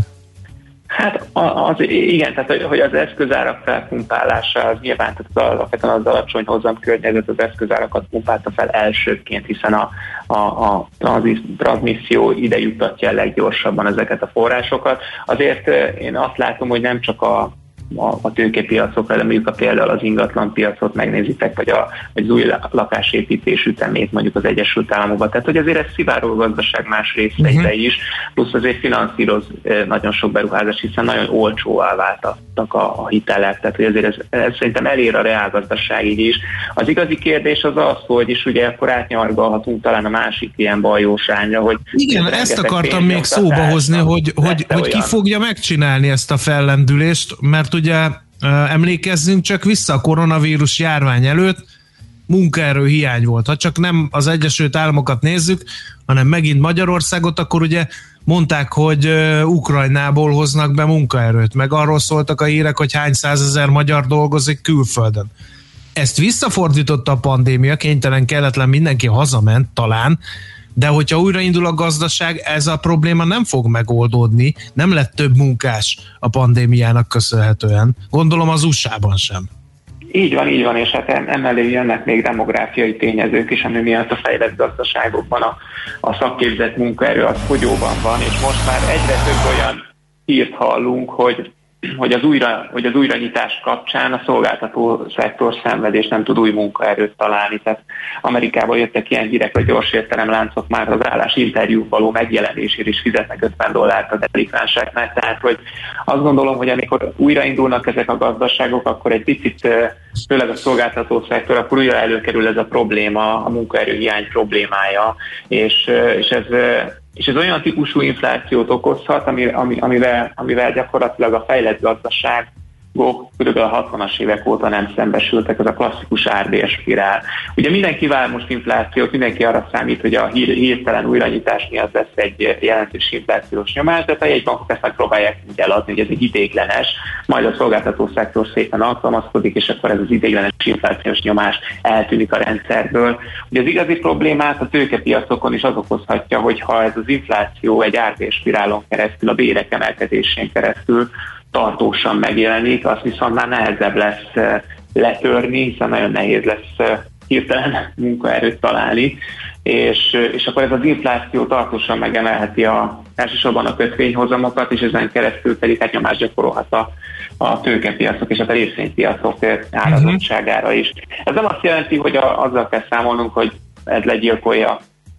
[SPEAKER 20] Hát az, igen, tehát hogy az eszközárak felpumpálása az nyilván, tehát alapvetően az alacsony hozamkörnyezet az eszközárakat pumpálta fel elsőként, hiszen a, a, a transmisszió ide juttatja leggyorsabban ezeket a forrásokat. Azért én azt látom, hogy nem csak a a, a tőkepiacokra, de mondjuk a például az ingatlan piacot megnézitek, vagy, a, vagy az új lakásépítés ütemét mondjuk az Egyesült Államokban. Tehát, hogy azért ez szivárog a gazdaság más részeibe uh-huh. is, plusz azért finanszíroz nagyon sok beruházás, hiszen nagyon olcsóvá váltak a, a hitelek, tehát hogy azért ez, ez szerintem elér a reálgazdaságig is. Az igazi kérdés az az, hogy is ugye akkor átnyargalhatunk talán a másik ilyen bajósányra, hogy...
[SPEAKER 8] Igen, ezt akartam még szóba hozni, hogy, hogy, hogy ki fogja megcsinálni ezt a fellendülést, mert ugye emlékezzünk csak vissza a koronavírus járvány előtt, munkaerő hiány volt. Ha csak nem az Egyesült Államokat nézzük, hanem megint Magyarországot, akkor ugye mondták, hogy Ukrajnából hoznak be munkaerőt, meg arról szóltak a hírek, hogy hány százezer magyar dolgozik külföldön. Ezt visszafordította a pandémia, kénytelen, kelletlen, mindenki hazament talán, de hogyha újraindul a gazdaság, ez a probléma nem fog megoldódni, nem lett több munkás a pandémiának köszönhetően. Gondolom az u es á-ban sem.
[SPEAKER 20] Így van, így van, és hát emellé jönnek még demográfiai tényezők is, ami miatt a fejlett gazdaságokban a, a szakképzett munkaerő az fogyóban van, és most már egyre több olyan hírt hallunk, hogy hogy az, újra, hogy az újranyitás kapcsán a szolgáltató szektor szenved és nem tud új munkaerőt találni. Tehát Amerikában jöttek ilyen hírek, hogy gyors értelemláncok már az állás interjú való megjelenésért is fizetnek ötven dollárt a delikvánseknek. Tehát hogy azt gondolom, hogy amikor újraindulnak ezek a gazdaságok, akkor egy picit, főleg a szolgáltató szektor, akkor újra előkerül ez a probléma, a munkaerőhiány problémája, és, és ez... És ez olyan típusú inflációt okozhat, ami, ami, amivel, amivel gyakorlatilag a fejlett gazdaságok kb. A hatvanas évek óta nem szembesültek, ez a klasszikus árbérspirál. Ugye mindenki vár most inflációt, mindenki arra számít, hogy a hír, hirtelen újranyitás miatt lesz egy jelentős inflációs nyomás, de a jegybankok ezt megpróbálják így eladni, hogy ez egy idéglenes, majd a szolgáltató szektor szépen alkalmazkodik, és akkor ez az idéglenes inflációs nyomás eltűnik a rendszerből. Ugye az igazi problémát a tőkepiacokon is az okozhatja, hogyha ez az infláció egy árbérspirálon keresztül, a bérek emelkedésén keresztül tartósan megjelenik, azt viszont már nehezebb lesz letörni, hiszen nagyon nehéz lesz hirtelen munkaerőt találni, és, és akkor ez az infláció tartósan megemelheti a, elsősorban a kötvényhozamokat, és ezen keresztül pedig hát nyomást gyakorolhat a, a tőkepiacok és a részvénypiacok árazottságára is. Ez nem azt jelenti, hogy a, azzal kell számolnunk, hogy ez legyilkolja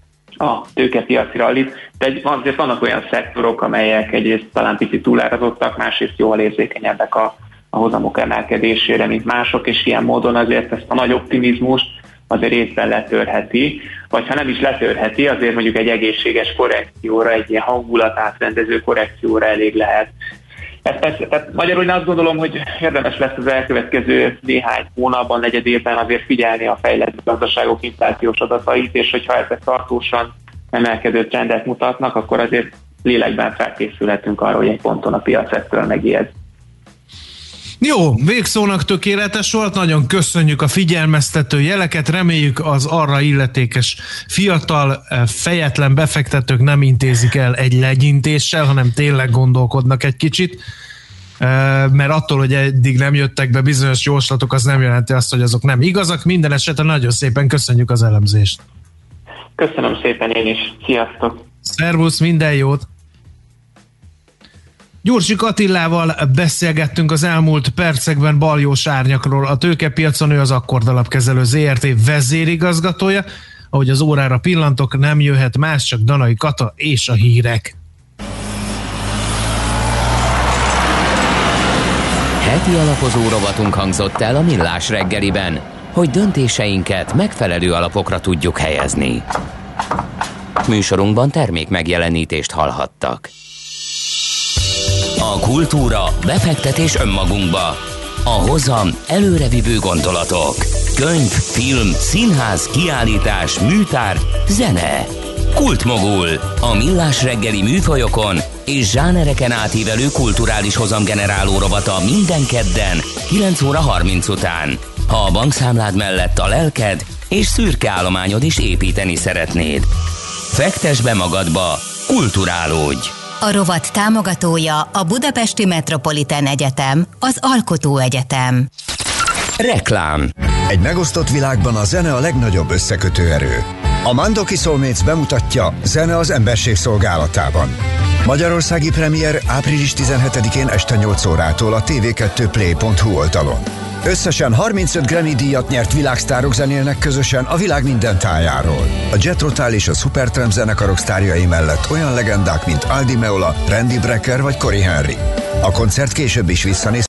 [SPEAKER 20] a tőkepiaci rallit, de azért vannak olyan szektorok, amelyek egyrészt talán picit túlárazottak, másrészt jóval érzékenyebbek a, a hozamok emelkedésére, mint mások, és ilyen módon azért ezt a nagy optimizmust azért részben letörheti, vagy ha nem is letörheti, azért mondjuk egy egészséges korrekcióra, egy ilyen hangulatátrendező korrekcióra elég lehet. Ez persze, tehát magyarul én azt gondolom, hogy érdemes lesz az elkövetkező néhány hónapban, negyed évben azért figyelni a fejlett gazdaságok inflációs adatait, és hogyha ezek tartósan emelkedő trendet mutatnak, akkor azért lélekben felkészülhetünk arra, hogy egy ponton a piac ettől megijed.
[SPEAKER 8] Jó, végszónak tökéletes volt, nagyon köszönjük a figyelmeztető jeleket, reméljük az arra illetékes fiatal, fejetlen befektetők nem intézik el egy legyintéssel, hanem tényleg gondolkodnak egy kicsit, mert attól, hogy eddig nem jöttek be bizonyos jóslatok, az nem jelenti azt, hogy azok nem igazak. Minden esetben nagyon szépen köszönjük az elemzést.
[SPEAKER 20] Köszönöm szépen én is. Sziasztok!
[SPEAKER 8] Szervusz, minden jót! Gyurcsik Attilával beszélgettünk az elmúlt percekben baljós árnyakról. A tőkepiacon ő az Akkord Alapkezelő zé er té vezérigazgatója. Ahogy az órára pillantok, nem jöhet más, csak Danai Kata és a hírek.
[SPEAKER 3] Heti alapozó rovatunk hangzott el a Millás reggeliben, hogy döntéseinket megfelelő alapokra tudjuk helyezni. Műsorunkban termék megjelenítést hallhattak. A kultúra, befektetés önmagunkba. A hozam előrevívő gondolatok. Könyv, film, színház, kiállítás, műtár, zene. Kultmogul. A Millás reggeli műfajokon és zsánereken átívelő kulturális hozamgeneráló rovata minden kedden kilenc óra harminc után. Ha a bankszámlád mellett a lelked és szürke állományod is építeni szeretnéd. Fektess be magadba, kulturálódj!
[SPEAKER 11] A rovat támogatója a Budapesti Metropolitán Egyetem, az Alkotó Egyetem.
[SPEAKER 3] Reklám.
[SPEAKER 13] Egy megosztott világban a zene a legnagyobb összekötő erő. A Mandoki Soulmates bemutatja Zene az emberség szolgálatában. Magyarországi premier április tizenhetedikén este nyolc órától a té vé kettő play pont hu oldalon. Összesen harmincöt Grammy díjat nyert világsztárok zenélnek közösen a világ minden tájáról. A Jet Rotal és a Supertramp zenekarok sztárjai mellett olyan legendák, mint Aldi Meola, Randy Brecker vagy Cory Henry. A koncert később is visszanéz